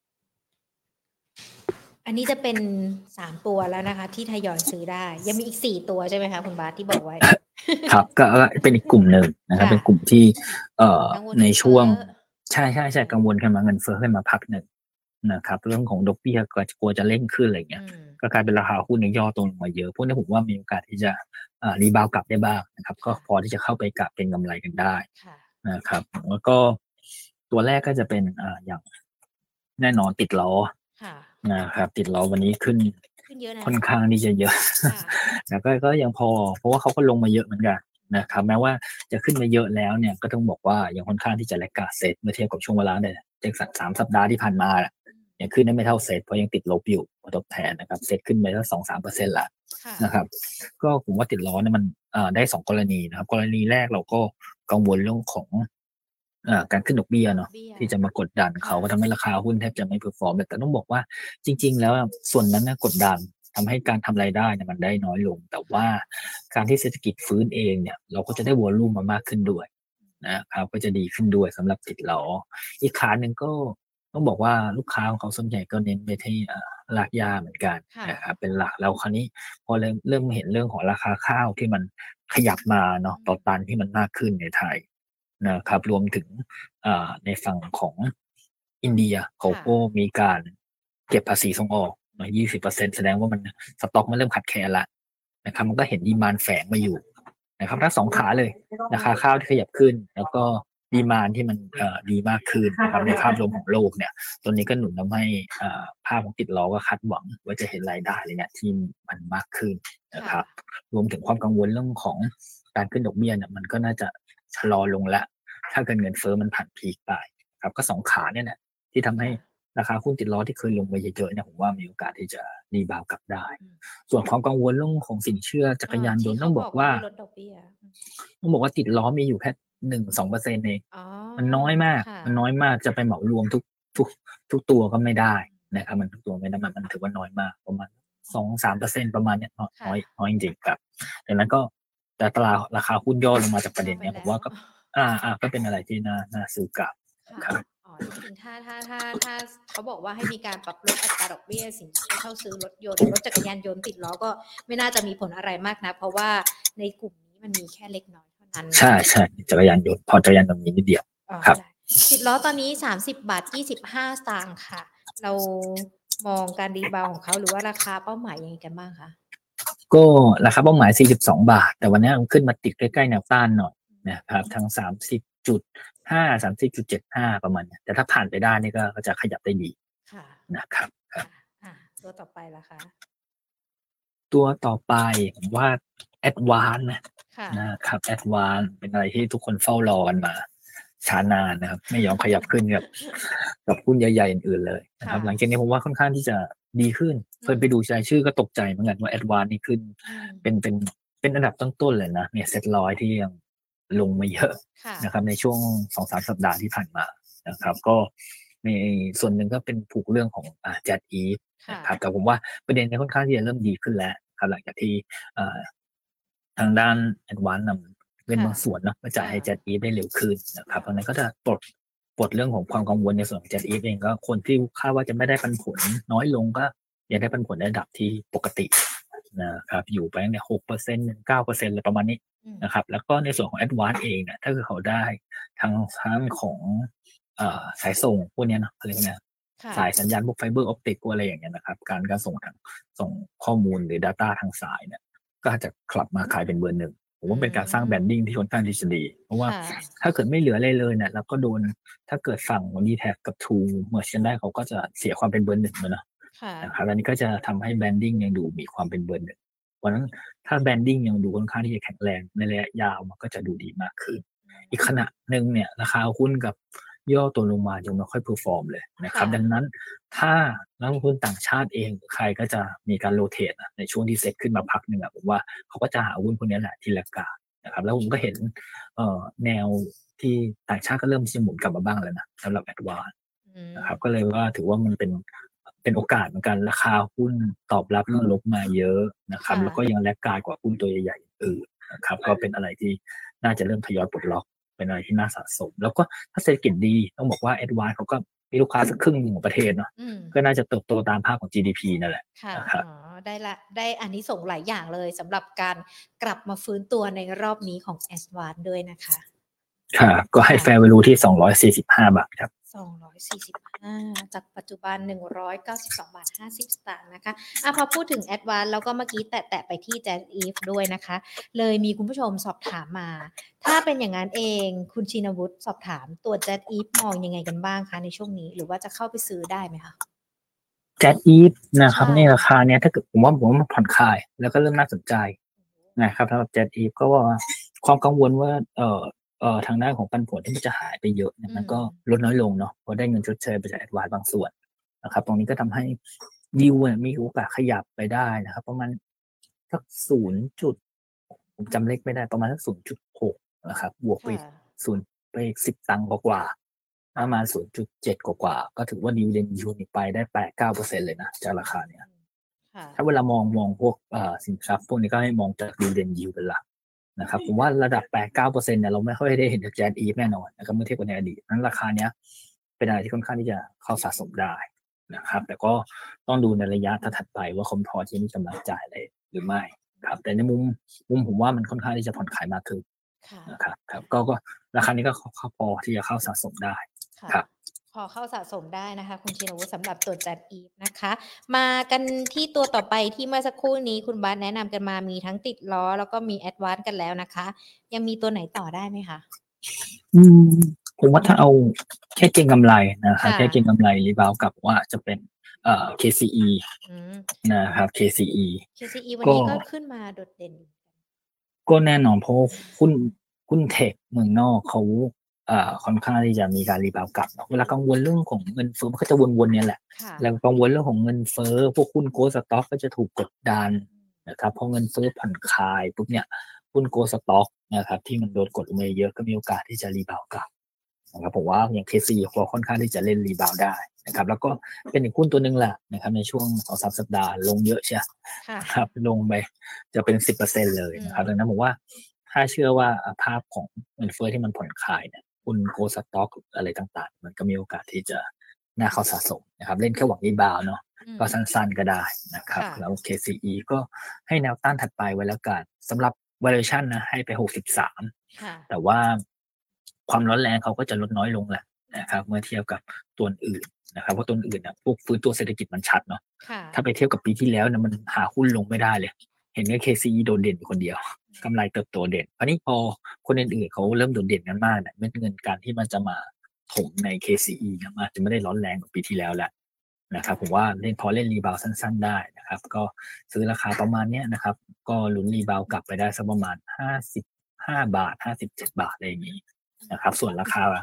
อันนี้จะเป็นสามตัวแล้วนะคะ ที่ทยอยซื้อได้ ยังมีอีกสี่ตัวใช่ไหมคะคุณบาสที่บอกไว้ครับก็ก็เป็นอีกกลุ่มหนึ่งนะครับค่ะเป็นกลุ่มที่เอ่อกังวลในช่วงเงินเฟ้อใช่ใช่ใช่กังวลขึ้นมาเงินเฟ้อขึ้นมาพักหนึ่งนะครับ เรื่องของดอกเบี้ยก็กลัวจะเร่งขึ้นอะไรเงี้ยอืมก็กลายเป็นราคาหุ้นในย่อตัวลงมาเยอะพวกนี้ผมว่ามีโอกาสที่จะอ่ารีบาวกลับได้บ้างนะครับ ก็พอที่จะเข้าไปกลับเป็นกำไรกันได้ค่ะนะครับแล้วก็ตัวแรกก็จะเป็นอ่าอย่างแน่นอนติดล้อค่ะนะครับ ติดล้อวันนี้ขึ้นขึ้นเยอะนะค่อนข้างที่จะเยอะค่ะแต่ก็ก็ยังพอ เพราะว่าเขาก็ลงมาเยอะเหมือนกันนะครับแม้ว่าจะขึ้นมาเยอะแล้วเนี่ยก็ต้องบอกว่ายังค่อนข้างที่จะแลกกาเซตเมื่อเทียบกับช่วงเวลาเนี่ยเจ็ดสามสัปดาห์ที่ผ่านมาแหละยังขึ้นได้ไม่เท่าเซตเพราะยังติดลบอยู่ทดแทนนะครับเซตขึ้นไปแล้วสองสามเปอร์เซ็นต์ละค่ะนะครับก็ผมว่าติดล้อเนี่ยมันอ่าได้สองกรณีนะครับกรณีแรกเราก็กังวลเรื่องของอ่าการขึ้นดอกเบี้ยเนาะดอกเบี้ยที่จะมากดดันเขาค่ะก็ทำให้ราคาหุ้นแทบจะไม่เพอร์ฟอร์มแต่ต้องบอกว่าจริง ๆ แล้วส่วนนั้นนะกดดันทำให้การทำรายได้เนี่ยมันได้น้อยลง แต่ว่าการที่เศรษฐกิจฟื้นเองเนี่ยเราก็จะได้วอลลุ่มมามากขึ้นด้วยนะครับก็จะดีขึ้นด้วยสำหรับติดล้ออีกขาหนึ่งก็ต้องบอกว่าลูกค้าของเขาส่วนใหญ่ก็เน้นไปที่อ่ารากหญ้าเหมือนกันค่ะนะครับเป็นหลักแล้วคราวนี้พอเริ่มเริ่มเห็นเรื่องของราคาข้าวที่มันขยับมาเนาะต่อตันที่มันมากขึ้นในไทยนะครับรวมถึงอ่าในฝั่งของอินเดียเขาก็มีการเก็บภาษีส่งออกมา ยี่สิบเปอร์เซ็นต์ แสดงว่ามันสต็อกมันเริ่มขาดแคลนละนะครับมันก็เห็นดีมานด์แฝงมาอยู่นะครับทั้งสองขาเลยราคาข้าวที่ขยับขึ้น แล้วก็ดีมานด์ที่มันเอ่อดีมากขึ้นนะครับในภาพรวมของโลกเนี่ยตัวนี้ก็หนุนทำให้อ่าภาพของติดล้อก็คาดหวังว่าจะเห็นรายได้เลยเนี่ยที่มันมากขึ้นนะครับรวมถึงความกังวลเรื่องของการขึ้นดอกเบี้ยเนี่ยมันก็น่าจะชะลอลงแล้วถ้าเกิดเงินเฟ้อมันผ่านพีคไปครับก็สองขาเนี่ยแหละที่ทำให้ราคาหุ้นติดล้อที่เคยลงไปเยอะๆเนี่ยผมว่ามีโอกาสที่จะรีบาวกลับได้ ส่วนความกังวลเรื่องของสินเชื่อจักรยานยนต์ต้องบอกว่าลดดอกเบี้ยต้องบอกว่าติดล้อมีอยู่แค่หนึ่งสองเปอร์เซ็นต์เองอ๋อมันน้อยมากค่ะมันน้อยมากจะไปเหมารวมทุกทุกทุกตัวก็ไม่ได้นะครับมันทุกตัวไม่ได้มันมันถือว่าน้อยมากประมาณสองสามเปอร์เซ็นต์ประมาณเนี้ยน้อยค่ะน้อยน้อยจริงๆครับดังนั้นก็แต่ตลาดราคาหุ้นย่อลงมาจากประเด็นเนี้ยผมว่าก็อ่าอ่าก็เป็นอะไรที่น่าน่าซื้อกลับ ครัค่ะบอ๋อจริงๆถ้าถ้าถ้าถ้าเขาบอกว่าให้มีการปรับลดอัตราดอกเบี้ยสินเชื่อเข้าซื้อรถยนต์รถจักรยานยนต์ติดล้อก็ไม่น่าจะมีผลอะไรมากนะเพราะว่าในกลุ่มนี้มันมีแค่เล็กน้อยเท่านั้นใช่ใช่จักรยานยนต์พอจักรยานยนต์มีนิดเดียวอ๋อครับได้ติดล้อตอนนี้สามสิบบาทยี่สิบห้าสตางค์ค่ะ เรามองการรีบาวของเขาหรือว่าราคาเป้าหมายยังไงกันบ้างคะก็ราคาเป้าหมายสี่สิบสองบาท แต่วันนี้มันขึ้นมาติดใกล้ๆแนวต้านหน่อยนะครับทั้งสามสิบจุดห้า สามสิบจุดเจ็ดห้าประมาณเนี้ยแต่ถ้าผ่านไปได้นี่ก็ก็จะขยับได้ดีค่ะนะครับครับอ่ะตัวต่อไปล่ะคะตัวต่อไปผมว่า Advance นะค่ะนะครับ Advance เป็นอะไรที่ทุกคนเฝ้ารอกันมาช้านานนะครับ ไม่ยอมขยับขึ้นกับกับหุ้นใหญ่ๆอื่นๆเลยนะครับค่ะหลังจากนี้ผมว่าค่อนข้างที่จะดีขึ้น เพิ่นไปดูรายชื่อก็ตกใจเหมือนกันว่า Advance นี่ขึ้นอืมเป็นเป็นเป็นอันดับต้นๆเลยนะเนี่ยเซ็ตร้อยที่ยังลงมาเยอะค่ะนะครับในช่วง สองถึงสาม สัปดาห์ที่ผ่านมานะครับก็ในส่วนหนึ่งก็เป็นผูกเรื่องของอ่า Jet Eve ค่ะนะครับแต่ผมว่าประเด็นเนี้ค่อนข้างที่จะเริ่มดีขึ้นแล้วครับหลังจากที่เอ่อทางด้าน Advance นำเงินค่ะบางส่วนเนาะมาจ่ายให้ค่ะ Jet Eve ได้เร็วขึ้นนะครับเพราะฉะนั้นก็จะปลดปลดเรื่องของความกังวลในส่วนของ Jet Eve เองก็คนที่คาดว่าจะไม่ได้ปันผลน้อยลงก็ยังได้ปันผลในระดับที่ปกตินะครับอยู่ไปเนี่ย หกเปอร์เซ็นต์ เก้าเปอร์เซ็นต์ อะไรประมาณนี้อืมนะครับแล้วก็ในส่วนของ Advance เองเนี่ยถ้าเกิดเขาได้ทางทั้งของเอ่อสายส่งพวกเนี้ยเนาะอะไรพวกเนี้ยค่ะสายสัญญาณพวกไฟเบอร์ออปติกพวกอะไรอย่างเงี้ยนะครับการการส่งทางส่งข้อมูลหรือ Data ทางสายเนี่ยก็อาจจะกลับมาขายเป็นเบอร์หนึ่งผมว่าเป็นการสร้างแบรนดิ้งที่ค่อนข้างที่จะดีเพราะว่าค่ะถ้าเกิดไม่เหลืออะไรเลยเนี่ยเราก็โดนถ้าเกิดฝั่ง ดี แท็ก กับ True เมิร์จกันได้เขาก็จะเสียความเป็นเบอร์หนึ่งเลยเนาะค่ะนะครับอันนี้ก็จะทำให้แบรนดิ้งยังดูมีความเป็นเบอร์หนึ่งเพราะฉะนั้นถ้าแบรนดิ้งยังดูค่อนข้างที่จะแข็งแรงในระยะยาวมันก็จะดูดีมากขึ้น อีกขณะหนึ่งเนี่ยราคาหุ้นกับย่อตัวลงมายังไม่ค่อยเพอร์ฟอร์มเลยนะครับค่ะดังนั้นถ้านักลงทุนต่างชาติเองหรือใครก็จะมีการโรเตทนะในช่วงที่เซ็ตขึ้นมาพักหนึ่งอะผมว่าเขาก็จะหาหุ้นพวกนี้แหละที่ราคานะครับแล้วผมก็เห็นเอ่อแนวที่ต่างชาติก็เริ่มที่จะหมุนกลับมาบ้างแล้วนะสำหรับแอดวานอืมนะครับก็เลยว่าถือว่ามันเป็นเป็นโอกาสเหมือนกันราคาหุ้นตอบรับเรื่องลบมาเยอะนะครับค่ะแล้วก็ยังแลกกายกว่าหุ้นตัวใหญ่ๆอื่นนะครับก็เป็นอะไรที่น่าจะเริ่มทยอยปลดล็อกเป็นอะไรที่น่าสะสม แล้วก็ถ้าเศรษฐกิจดีต้องบอกว่า Advance เขาก็มีลูกค้าสักครึ่งหนึ่งของประเทศเนาะอืมก็น่าจะเติบโตตามภาพของ จี ดี พี นั่นแหละค่ะนะครับอ๋อได้ละได้อานิสงส์หลายอย่างเลยสำหรับการกลับมาฟื้นตัวในรอบนี้ของ Advance ด้วยนะคะครับก็ให้ค่ะ Fair Value ที่สองร้อยสี่สิบห้าบาทครับสองร้อยสี่สิบห้าจากปัจจุบันหนึ่งร้อยเก้าสิบสองบาทห้าสิบสตางค์นะคะอ่ะพอพูดถึง Advance แล้วก็เมื่อกี้แตะๆไปที่ Jazz Eve ด้วยนะคะ เลยมีคุณผู้ชมสอบถามมา ถ้าเป็นอย่างนั้นเองคุณชินวุฒิสอบถามตัว Jazz Eve มองยังไงกันบ้างคะในช่วงนี้ หรือว่าจะเข้าไปซื้อได้ไหมคะแจ๊ดอีฟนะครับใช่ในราคาเนี้ยถ้าเกิดผมว่าผมว่ามันผ่อนคลายแล้วก็เริ่มน่าสนใจนะครับสำหรับแจ๊ดอีฟก็ว่าความกังวลว่าเอ่อเอ่อทางด้านของปันผลที่มันจะหายไปเยอะเนี่ยมันก็ลดน้อยลงเนาะเพราะได้เงินชดเชยไปจากแอดวานซ์บางส่วนนะครับตรงนี้ก็ทำให้ยิวเนี่ยมีโอกาสขยับไปได้นะครับประมาณสักศูนย์จุดผมจำเลขไม่ได้ประมาณสักศูนย์จุดหกนะครับบวกไปค่ะศูนย์ไปสิบตังค์กว่าๆประมาณศูนย์จุดเจ็ดกว่าๆก็ถือว่าดิวเดนยูนิไปได้แปดเก้าเปอร์เซ็นต์เลยนะจากราคาเนี้ยค่ะถ้าเวลามองมองพวกเอ่อสินทรัพย์พวกนี้ก็ให้มองจากดีเดนยิวเป็นหลักนะครับผมว่าระดับ แปดเก้าเปอร์เซ็นต์เนี่ยเราไม่ค่อยได้เห็นจากแจนอีฟแน่นอนนะครับเมื่อเทียบกับในอดีตนั้นราคาเนี้ยเป็นอะไรที่ค่อนข้างที่จะเข้าสะสมได้นะครับแต่ก็ต้องดูในระยะถัดไปว่าเขาพอที่มีกำลังจ่ายอะไรหรือไม่ครับแต่ในมุมมุมผมว่ามันค่อนข้างที่จะผ่อนคลายมากขึ้นค่ะนะครับครับก็ก็ราคานี้ก็เข้าพอที่จะเข้าสะสมได้ค่ะครับพอเข้าสะสมได้นะคะ คุณชินวุฒิสำหรับตัวจัดอีฟนะคะ มากันที่ตัวต่อไปที่เมื่อสักครู่นี้คุณบาสแนะนำกันมามีทั้งติดล้อแล้วก็มีแอดวานซ์กันแล้วนะคะ ยังมีตัวไหนต่อได้ไหมคะอืมผมว่าถ้าเอาแค่เก็งกำไรนะครับค่ะแค่เก็งกำไรรีบาวกับว่าจะเป็นเอ่อ เค ซี อีอืมนะครับ เค ซี อีเค ซี อี วันก็นี้ก็ขึ้นมาโดดเด่นอยู่ก็แน่นอนเพราะหุ้นหุ้นเทคเมืองนอกเขาเอ่อค่อนข้างที่จะมีการรีบาวกลับเนาะเวลากังวลเรื่องของเงินเฟ้อมันก็จะวนๆเนี่ยแหละค่ะแล้วกังวลเรื่องของเงินเฟ้อพวกหุ้นโกลด์สต็อกก็จะถูกกดดันนะครับเพราะเงินเฟ้อผ่อนคลายปุ๊บเนี่ยหุ้นโกลด์สต็อกนะครับที่มันโดนกดลงมาเยอะก็มีโอกาสที่จะรีบาวกลับนะครับผมว่าอย่าง เค ซี เขาค่อนข้างที่จะเล่นรีบาวได้นะครับแล้วก็เป็นอีกหุ้นตัวหนึ่งแหละนะครับในช่วงสองสามสัปดาห์ลงเยอะใช่ไหมค่ะครับลงไปจะเป็นสิบเปอร์เซ็นต์เลยนะครับดังนั้นผมว่าถ้าเชื่อว่าภาพของเงินเฟ้อที่มันผ่อนคลายเนี่ยหุ้นโกลด์สต็อกอะไรต่างๆ มันก็มีโอกาสที่จะน่าเข้าสะสมนะครับเล่นแค่หวังรีบาวด์เนาะอืมก็สั้นๆก็ได้นะครับค่ะแล้ว เค ซี อี ก็ให้แนวต้านถัดไปไว้แล้วกันสำหรับ valuation นะให้ไปหกสิบสามค่ะแต่ว่าความร้อนแรงเขาก็จะลดน้อยลงแหละนะครับเมื่อเทียบกับตัวอื่นนะครับเพราะตัวอื่นนะพวกฟื้นตัวเศรษฐกิจมันชัดเนาะค่ะถ้าไปเทียบกับปีที่แล้วเนี่ยมันหาหุ้นลงไม่ได้เลย เห็นแค่ เค ซี อี โดดเด่นอยู่คนเดียวกำไรเติบโตเด่นอันนี้พอคนอื่นๆเขาเริ่มโดดเด่นกันมากเนี่ยเม็ดเงินการที่มันจะมาถมใน เค ซี อี เนี่ยมันอาจจะไม่ได้ร้อนแรงเหมือนปีที่แล้วแล้วนะครับผมว่าเล่นพอเล่นรีบาวสั้นๆได้นะครับก็ซื้อราคาประมาณเนี้ยนะครับก็ลุ้นรีบาวกลับไปได้สักประมาณห้าสิบห้าบาทห้าสิบเจ็ดบาทอะไรอย่างนี้นะครับส่วนราคา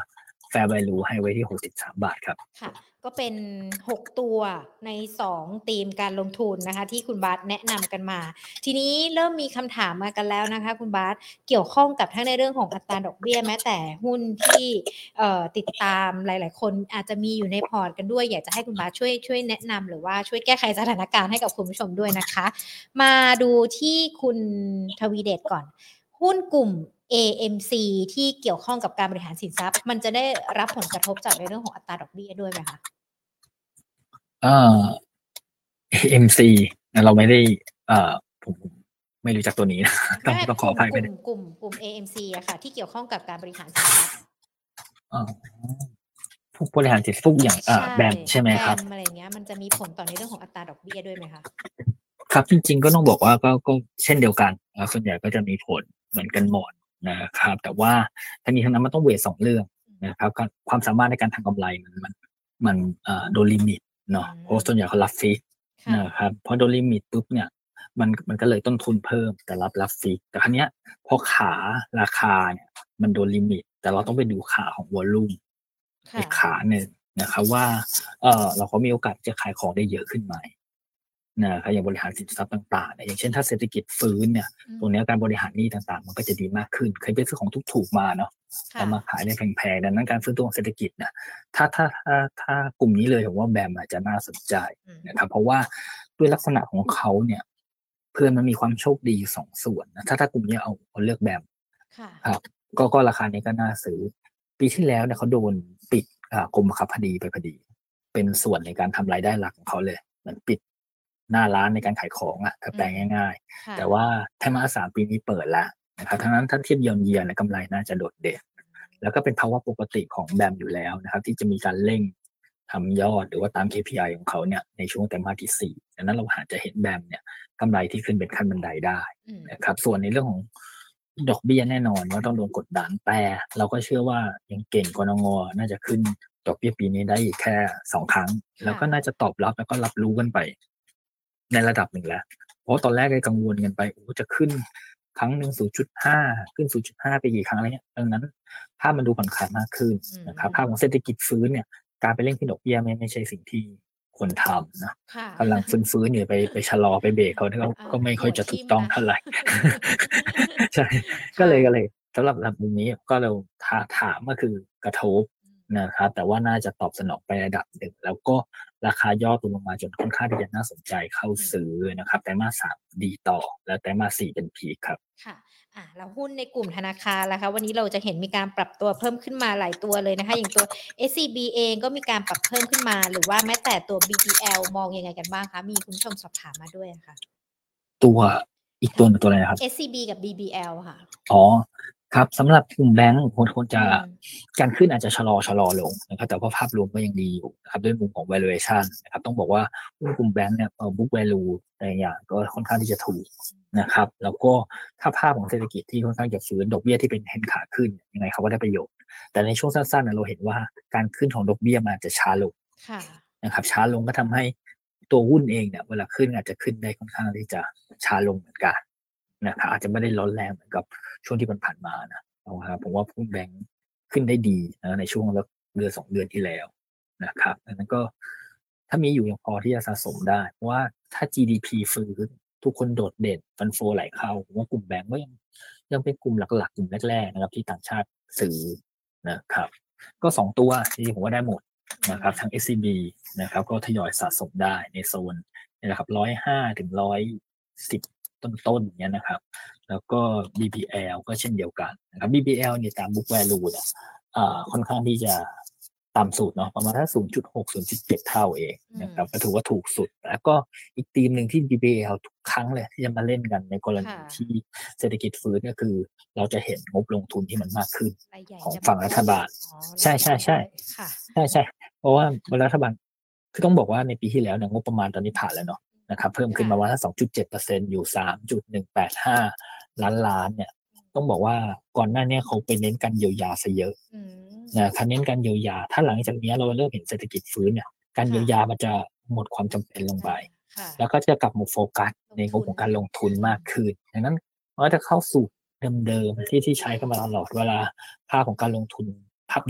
fair value ให้ไว้ที่หกสิบสามบาทครับค่ะก็เป็นหกตัวในสองธีมการลงทุนนะคะที่คุณบาสแนะนำกันมาทีนี้เริ่มมีคำถามมากันแล้วนะคะคุณบาสเกี่ยวข้องกับทั้งในเรื่องของอัตราดอกเบี้ยแม้แต่หุ้นที่เอ่อติดตามหลายๆคนอาจจะมีอยู่ในพอร์ตกันด้วยอยากจะให้คุณบาสช่วยช่วยแนะนำหรือว่าช่วยแก้ไขสถานการณ์ให้กับคุณผู้ชมด้วยนะคะมาดูที่คุณทวีเดชก่อนหุ้นกลุ่ม เอ เอ็ม ซี ที่เกี่ยวข้องกับการบริหารสินทรัพย์มันจะได้รับผลกระทบจากในเรื่องของอัตราดอกเบี้ยด้วยไหมคะเอ่อ เอ เอ็ม ซี เราไม่ได้เอ่อผมไม่รู้จักตัวนี้นะต้องต้องขออภัยกไปลุ่มกลุ่มกลุ่ม เอ เอ็ม ซี อะค่ะที่เกี่ยวข้องกับการบริหารสินทรัพย์อ๋อผู้บริหารสินทรัพย์อย่างเอ่อแบมใช่ไหมครับแบมอะไรเงี้ยมันจะมีผลต่อในเรื่องของอัตราดอกเบี้ยด้วยไหมคะครับจริงๆก็ต้องบอกว่าก็ก็เช่นเดียวกันนะส่วนใหญ่ก็จะมีผลเหมือนกันหมดนะครับแต่ว่าทั้งนี้ทั้งนั้นมันต้องเวทสองเรื่องนะครับการความสามารถในการทำกำไรมันมันมันเอ่อโดนลิมิตเนาะเพราะส่วนใหญ่เขารับฟิกนะครับพอโดนลิมิตปุ๊บเนี่ยมันมันก็เลยต้นทุนเพิ่มแต่รับรับฟิกแต่ครั้งนี้ยพอขาราคาเนี่ยมันโดนลิมิตแต่เราต้องไปดูขาของวอลลุ่มอีกขาหนึ่งนะครับว่าเออเราก็มีโอกาสจะขายของได้เยอะขึ้นไหมนะครับอย่างบริหารสินทรัพย์ต่างๆเนี่ยอย่างเช่นถ้าเศรษฐกิจฟื้นเนี่ยตรงนี้การบริหารหนี้ต่างๆมันก็จะดีมากขึ้นเคยไปซื้อของถูกๆมาเนาะแต่มาขายในแพงๆดังนั้นการฟื้นตัวของเศรษฐกิจเนี่ยถ้าถ้าถ้าถ้ากลุ่มนี้เลยผมว่าแบมอาจจะน่าสนใจนะครับเพราะว่าด้วยลักษณะของเขาเนี่ยเพื่อนมันมีความโชคดีสองส่วนนะถ้าถ้ากลุ่มนี้เอาเอาเลือกแบมครับก็ก็ราคานี้ก็น่าซื้อปีที่แล้วเนี่ยเขาโดนปิดกรมบังคับคดีไปพอดีเป็นส่วนในการทำรายได้หลักของเขาเลยเหมือนปิดหน้าร้านในการขายของอ่ะถ้าแปลงง่ายๆแต่ว่าไตรมาสสามปีนี้เปิดแล้วนะครับทั้งนั้นถ้าเทียบเยียร์เยียร์เนี่ยกำไรน่าจะโดดเด่นแล้วก็เป็นภาวะปกติของแบมอยู่แล้วนะครับที่จะมีการเร่งทำยอดหรือว่าตาม เค พี ไอ ของเขาเนี่ยในช่วงไตรมาสที่สี่ดังนั้นเราอาจจะเห็นแบมเนี่ยกำไรที่ขึ้นเป็นขั้นบันไดได้นะครับส่วนในเรื่องของดอกเบี้ยแน่นอนว่าต้องโดนกดดันแต่เราก็เชื่อว่ายังเก่งกนงน่าจะขึ้นดอกเบี้ยปีนี้ได้อีกแค่สองครั้งแล้วก็น่าจะตอบรับแล้วก็รับรู้กันไปในระดับหนึ่งแล้วเพราะตอนแรกเลยกังวลกันไปโอ้จะขึ้นครั้งหนึ่ง ศูนย์จุดห้า ขึ้น ศูนย์จุดห้า ไปกี่ครั้งอะไรเงี้ยดังนั้นภาพมันดูผ่อนคลายมากขึ้นนะครับภาพของเศรษฐกิจฟื้นเนี่ยการไปเร่งขึ้นดอกเบี้ยไม่ไม่ใช่สิ่งที่ควรทำนะกำลังฟื้นๆอยู่ไปไปชะลอไปเบรกเขาก็ก็ไม่ค่อยจะถูกต้องเท่าไหร่ใช่ก็เลยก็เลยสำหรับมุมนี้ก็เราถามก็คือกระทบนะครับแต่ว่าน่าจะตอบสนองไประดับหนึ่งแล้วก็ราคาย่อตัวลงมาจนค่อนข้างที่จะน่าสนใจเข้าซื้อนะครับไตรมาสสามดีต่อและไตรมาสสี่เป็นพีคครับค่ะอ่ะแล้วหุ้นในกลุ่มธนาคารล่ะคะวันนี้เราจะเห็นมีการปรับตัวเพิ่มขึ้นมาหลายตัวเลยนะคะอย่างตัว เอส ซี บี เองก็มีการปรับเพิ่มขึ้นมาหรือว่าแม้แต่ตัว บี บี แอล มองยังไงกันบ้างคะมีคุณผู้ชมสอบถามมาด้วยค่ะตัวอีกตัวนึงตัวอะไรนะครับเอส ซี บี กับ บี บี แอล ค่ะอ๋อครับสำหรับกลุ่มแบงก์ควรควรจะการขึ้นอาจจะชะลอชะลอลงนะครับแต่ว่าภาพรวมก็ยังดีอยู่นะครับด้วยมุมของ valuation นะครับต้องบอกว่าหุ้นกลุ่มแบงก์เนี่ยเอ่อ book value อะไรอย่างก็ค่อนข้างที่จะถูกนะครับแล้วก็ถ้าภาพของเศรษฐกิจที่ค่อนข้างจะฟื้นดอกเบี้ยที่เป็นเทรนขาขึ้นยังไงเขาก็ได้ประโยชน์แต่ในช่วงสั้นๆเราเห็นว่าการขึ้นของดอกเบี้ยมันอาจจะช้าลงนะครับช้าลงก็ทำให้ตัวหุ้นเองเนี่ยเวลาขึ้นอาจจะขึ้นได้ค่อนข้างที่จะช้าลงเหมือนกันนะครับอาจจะไม่ได้ร้อนแรงเหมือนกับช่วงที่มันผ่านมานะนะครับผมว่าหุ้นแบงค์ขึ้นได้ดีนะในช่วงเดือนสองเดือนที่แล้วนะครับดังนั้นก็ถ้ามีอยู่ยังพอที่จะสะสมได้เพราะว่าถ้า จี ดี พี ฟื้นทุกคนโดดเด่นฟันโฟไหลเข้าผมว่ากลุ่มแบงค์ก็ยังยังเป็นกลุ่มหลักๆกลุ่มแรกๆนะครับที่ต่างชาติซื้อนะครับก็สองตัวที่ผมว่าได้หมดนะครับทั้ง เอส ซี บี นะครับก็ทยอยสะสมได้ในโซนนะครับหนึ่งร้อยห้าถึงหนึ่งร้อยสิบต้นๆอย่างเงี้ยนะครับแล้วก็ บี บี แอล ก็เช่นเดียวกันนะครับ บี บี แอล เนี่ยตาม book value เนี่ยอ่าค่อนข้างที่จะต่ำสุดเนาะประมาณถ้า ศูนย์จุดหก ศูนย์จุดเจ็ด เท่าเองนะครับก็ถือว่าถูกสุดแล้วก็อีกธีมหนึ่งที่ บี บี แอล ทุกครั้งเลยที่จะมาเล่นกันในกรณีที่เศรษฐกิจฟื้นก็คือเราจะเห็นงบลงทุนที่มันมากขึ้นของฝั่งรัฐบาลใช่ใช่ใช่ใช่ใช่เพราะว่ารัฐบาลคือต้องบอกว่าในปีที่แล้วเนี่ยงบประมาณตอนนี้ผ่านแล้วเนาะนะครับเพิ่มขึ้นมาว่าถ้า สองจุดเจ็ดเปอร์เซ็นต์ อยู่ สามจุดหนึ่งแปดห้า ล้านล้านเนี่ยต้องบอกว่าก่อนหน้านี้เขาไปเน้นการเยียวยาซะเยอะนะถ้าเน้นการเยียวยาถ้าหลังจากนี้เราเริ่มเห็นเศรษฐกิจฟื้นเนี่ยการเยียวยามันจะหมดความจำเป็นลงไปแล้วก็จะกลับมาโฟกัสในงบของการลงทุนมากขึ้นดังนั้นมันก็จะเข้าสู่เดิมๆที่ที่ใช้กันมาตลอดเวลาภาพของการลงทุนภาพใหญ่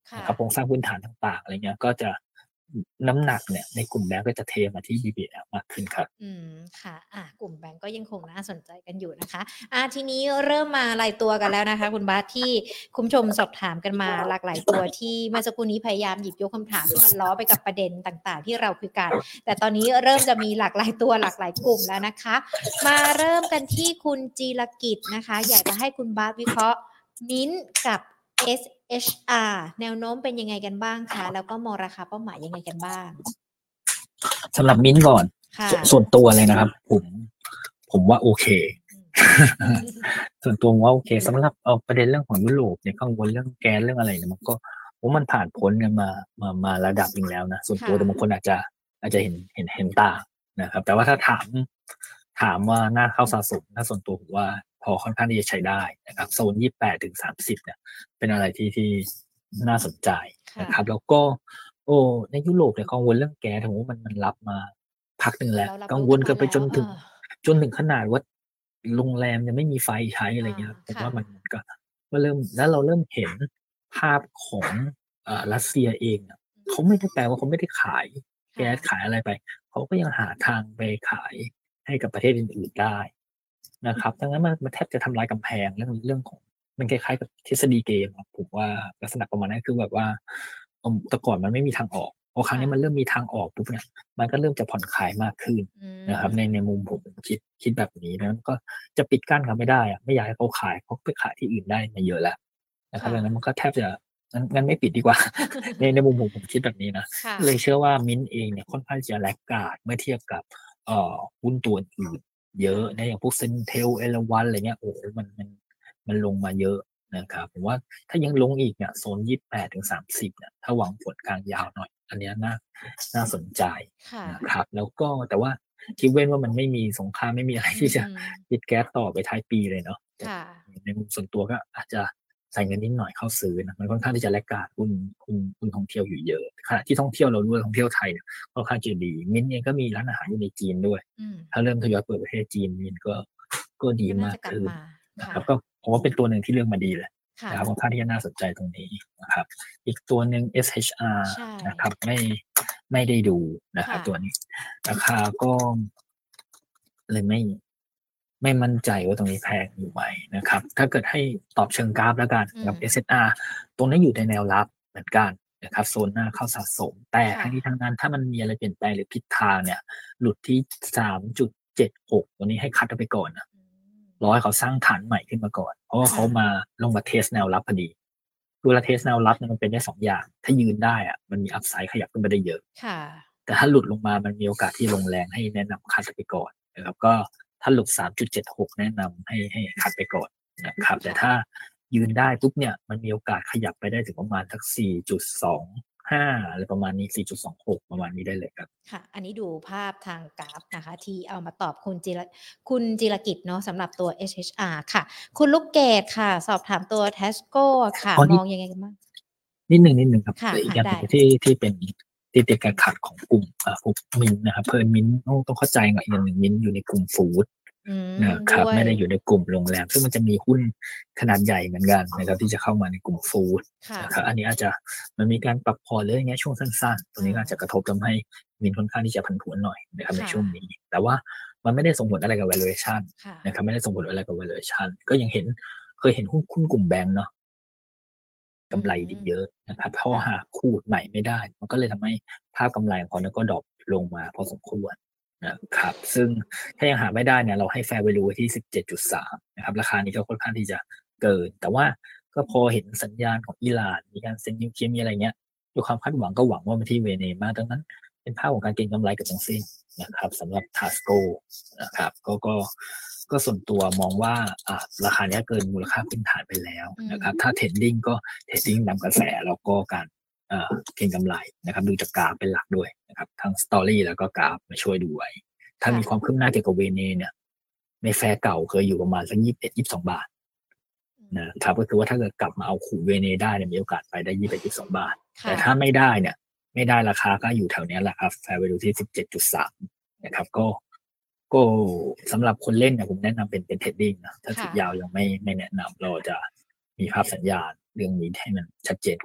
นะครับโครงสร้างพื้นฐานต่างๆอะไรเงี้ยก็จะน้ำหนักเนี่ยในกลุ่มแบงก์ก็จะเทมาที่ บี บี แอล มากขึ้นครับอืมค่ะอ่ะกลุ่มแบงก์ก็ยังคงน่าสนใจกันอยู่นะคะอ่ะทีนี้เริ่มมารายตัวกันแล้วนะคะคุณบาสที่คุณผู้ชมสอบถามกันมาหลากหลายตัวที่เมื่อสักครู่นี้พยายามหยิบยกคำถามที่มันล้อไปกับประเด็นต่างๆ ที่เราคุยกันแต่ตอนนี้เริ่มจะมีหลากหลายตัวหลากหลายกลุ่มแล้วนะคะ มาเริ่มกันที่คุณจีรกิจนะคะอยากจะให้คุณบาสวิเคราะห์มิ้นท์กับ เอส เอช อาร์ แนวโน้มเป็นยังไงกันบ้างคะแล้วก็มองราคาเป้าหมายยังไงกันบ้างสำหรับมิ้นท์ก่อนค่ะสส่วนตัวเลยนะครับ ผมผมว่าโอเค ส่วนตัวผมว่าโอเคสำหรับเอาประเด็นเรื่องของยุโรปเนี่ยกังวลเรื่องแก๊สเรื่องอะไรเนี่ยมันก็ผมว่ามันผ่านพ้นกันมามามาระดับหนึ่งแล้วนะส่วนตัวค่ะแต่บางคนอาจจะอาจจะเห็นเห็นเห็นต่างนะครับ แต่ว่าถ้าถามถามว่าน่าเข้าสะสมถ้าส่วนตัวผมว่าพอค่อนข้างที่จะใช้ได้นะครับโซนยี่สิบแปดถึงสามสิบเนี่ยเป็นอะไรที่ที่น่าสนใจนะครับ แล้วก็ โอ้ในยุโรปเนี่ยกังวลเรื่องแก๊สผมว่ามันมันรับมาพักหนึ่งแล้วเรารับกังรู้วกัลนกัมานไปจนแล้วถึงเออจนถึงขนาดว่าโรงแรมยังไม่มีไฟใช้อะไรอ่าเงี้ยผมค่ะว่ามันก็ก็เริ่มแล้วเราเริ่มเห็นภาพของเอ่อรัสเซียเองอะเขาไม่ได้แปลว่าเขาไม่ได้ขายแก๊สค่ะขายอะไรไปเขาก็ยังหาทางไปขายให้กับประเทศอื่นๆได้นะครับดังนั้นมันมันแทบจะทำลายกำแพงเรื่องเรื่องของมันคล้ายๆกับทฤษฎีเกมอะผมว่าลักษณะประมาณนั้นคือแบบว่าเอ่อแต่ก่อนมันไม่มีทางออกพอครั้งนี้ค่ะมันเริ่มมีทางออกปุ๊บเนี่ยมันก็เริ่มจะผ่อนคลายมากขึ้นอืมนะครับในในมุมผมผมคิดคิดแบบนี้นะก็จะปิดกั้นเขาไม่ได้อะไม่อยากให้เขาขายเขาไปขายที่อื่นได้มาเยอะแล้วนะครับค่ะดังนั้นมันก็แทบจะงั้นงั้นไม่ปิดดีกว่า ในในมุมผมผมคิดแบบนี้นะค่ะเลยเชื่อว่ามิ้นท์เองเนี่ยค่อนข้างจะแลกการ์ดเมื่อเทียบกับเอ่อหุ้นตัวอื่นเยอะนะอย่างพวกเซนเทลเอราวันอะไรเงี้ยโอ้โหมันมันมันลงมาเยอะนะครับผมว่าถ้ายังลงอีกเนี่ยโซนยี่สิบแปดถึงสามสิบเนี่ยถ้าหวังผลกลางยาวหน่อย อันเนี้ยน่าน่าสนใจค่ะนะครับแล้วก็แต่ว่าคิดเว้นว่ามันไม่มีสงครามไม่มีอะไรอืที่จะมปิดแก๊สต่อไปท้ายปีเลยเนาะแต่ค่ะในมุมส่วนตัวก็อาจจะใส่เงินนิดหน่อยเข้าซื้อนะมันค่อนข้างที่จะแลกการ์ดหุ้นหุ้นหุ้นท่องเที่ยวอยู่เยอะขณะที่ท่องเที่ยวเราด้วยท่องเที่ยวไทยเนี่ยค่อนข้างจะดีมิ้นท์เองก็มีร้านอาหารอยู่ในจีนด้วยอืมถ้าเริ่มทยอยเปิดประเทศจีนมิ้นท์ก็ก็ดีก็น่ามากจะกลับขึ้นมานะคค่ะรับก็ผมว่าเป็นตัวหนึ่งที่เลือกมาดีเลยค่ะนะครับค่อนข้างที่จะน่าสนใจตรงนี้นะครับอีกตัวหนึ่ง เอส เอช อาร์ใช่นะครับไม่ไม่ได้ดูนะครับค่ะตัวนี้ราคาก็เลยไม่ไม่มั่นใจว่าตรงนี้แพงอยู่ไหมนะครับ ถ้าเกิดให้ตอบเชิงกราฟแล้วกันกับอืมเอส เอช อาร์ ตรงนี้อยู่ในแนวรับเหมือนกันนะครับโซนหน้าเข้าสะสม แต่ค่ะทั้งนี้ทั้งนั้นถ้ามันมีอะไรเปลี่ยนแปลงหรือผิดทางเนี่ย หลุดที่ สามจุดเจ็ดหก ตัวนี้ให้คัดเอาไปก่อนนะอืมรอให้เขาสร้างฐานใหม่ขึ้นมาก่อน เพราะว่าค่ะเขามาลงมาเทสแนวรับพอดีเวลาเทสแนวรับเนี่ยมันเป็นได้สองอย่าง ถ้ายืนได้อะมันมีอัพไซด์ขยับขึ้นไปได้เยอะค่ะแต่ถ้าหลุดลงมามันมีโอกาสที่ลงแรงให้แนะนำคัดไปก่อนนะครับก็ถ้าหลุด สามจุดเจ็ดหก แนะนำให้ให้คัดไปก่อนนะครับ แต่ถ้ายืนได้ปุ๊บเนี่ยมันมีโอกาสขยับไปได้ถึงประมาณสัก สี่จุดสองห้า อะไรประมาณนี้ สี่จุดสองหก ประมาณนี้ได้เลยครับค่ะ อันนี้ดูภาพทางกราฟนะคะ ที่เอามาตอบคุณจิรคุณจิรกิจเนาะสำหรับตัว เอส เอช อาร์ ค่ะ คุณลูกเกดค่ะ สอบถามตัว Tesco อะค่ะอ๋อนิมดองยังไงกันบ้าง? นิดหนึ่งนิดหนึ่งครับค่ะแต่อีกค่ะอย่างหได้นึ่งที่ที่เป็นที่ติดการขัดของกลุ่มเอ่อพวกมิ้นท์นะครับเพิ่นมิ้นท์ต้องต้องเข้าใจก่อนอีกอย่างหนึ่งมิ้นท์อยู่ในกลุ่มฟู้ดอืมนะครับด้วยไม่ได้อยู่ในกลุ่มโรงแรม ซึ่งมันจะมีหุ้นขนาดใหญ่เหมือนกันนะครับที่จะเข้ามาในกลุ่มฟู้ดค่ะนะครับอันนี้อาจจะมันมีการปรับพอร์ตหรืออย่างเงี้ยช่วงสั้นๆ ตรงนี้ก็อาจจะกระทบทำให้มิ้นท์ค่อนข้างที่จะผันผวนหน่อยนะครับในค่ะช่วงนี้ แต่ว่ามันไม่ได้ส่งผลอะไรกับ valuation ค่ะนะครับไม่ได้ส่งผลอะไรกับ valuation ก็ยังเห็นเคยเห็นหุ้นหุ้นกลุ่มแบงก์เนาะอืกำไรดีมเยอะนะครับ เพราะค่ะหาขูดใหม่ไม่ได้ มันก็เลยทำให้ภาพกำไรของเขาเนี่ยก็ดร็อปลงมาพอสมควรนะครับ ซึ่งถ้ายังหาไม่ได้เนี่ยเราให้ fair value ไว้ที่ สิบเจ็ดจุดสาม นะครับ ราคานี้ก็ค่อนข้างที่จะเกิน แต่ว่าก็พอเห็นสัญญาณของอิหร่านมีการเซ็นนิวเคลียร์มีอะไรเงี้ยด้วยความคาดหวังก็หวังว่ามาที่เวเนซุเอลาดังนั้นเป็นภาพของการเก็งกำไรเกือบทั้งสิ้นนะครับสำหรับ Tasco นะครับก็ก็ก็ส่วนตัวมองว่าอ่าราคาเนี้ยเกินมูลค่าพื้นฐานไปแล้วอืมนะครับถ้า trading ก็ trading ตามกระแสแล้วก็การเอ่อเก็งกำไรนะครับดูจากกราฟเป็นหลักด้วยนะครับทั้ง story แล้วก็กราฟมาช่วยดูไว้ ถ้าค่ะมีความคืบหน้าเกี่ยวกับเวเนเนี่ยในแฟร์เก่าเคยอยู่ประมาณสัก ยี่สิบเอ็ด ยี่สิบสอง บาทอืมนะครับก็คือว่าถ้าเกิดกลับมาเอาขู่เวเนได้เนี่ยมีโอกาสไปได้ ยี่สิบเอ็ด ยี่สิบสอง บาทค่ะแต่ถ้าไม่ได้เนี่ยไม่ได้ราคาก็อยู่แถวเนี้ยแหละครับ fair value ที่ สิบเจ็ดจุดสาม นะครับก็ก็สำหรับคนเล่นเนี่ยผมแนะนำเป็นเป็น trading นะถ้าถือค่ะยาวยังไม่ไม่แนะนำเราจะมีภาพสัญญาณเรื่องนี้ให้มันชัดเจนก่อน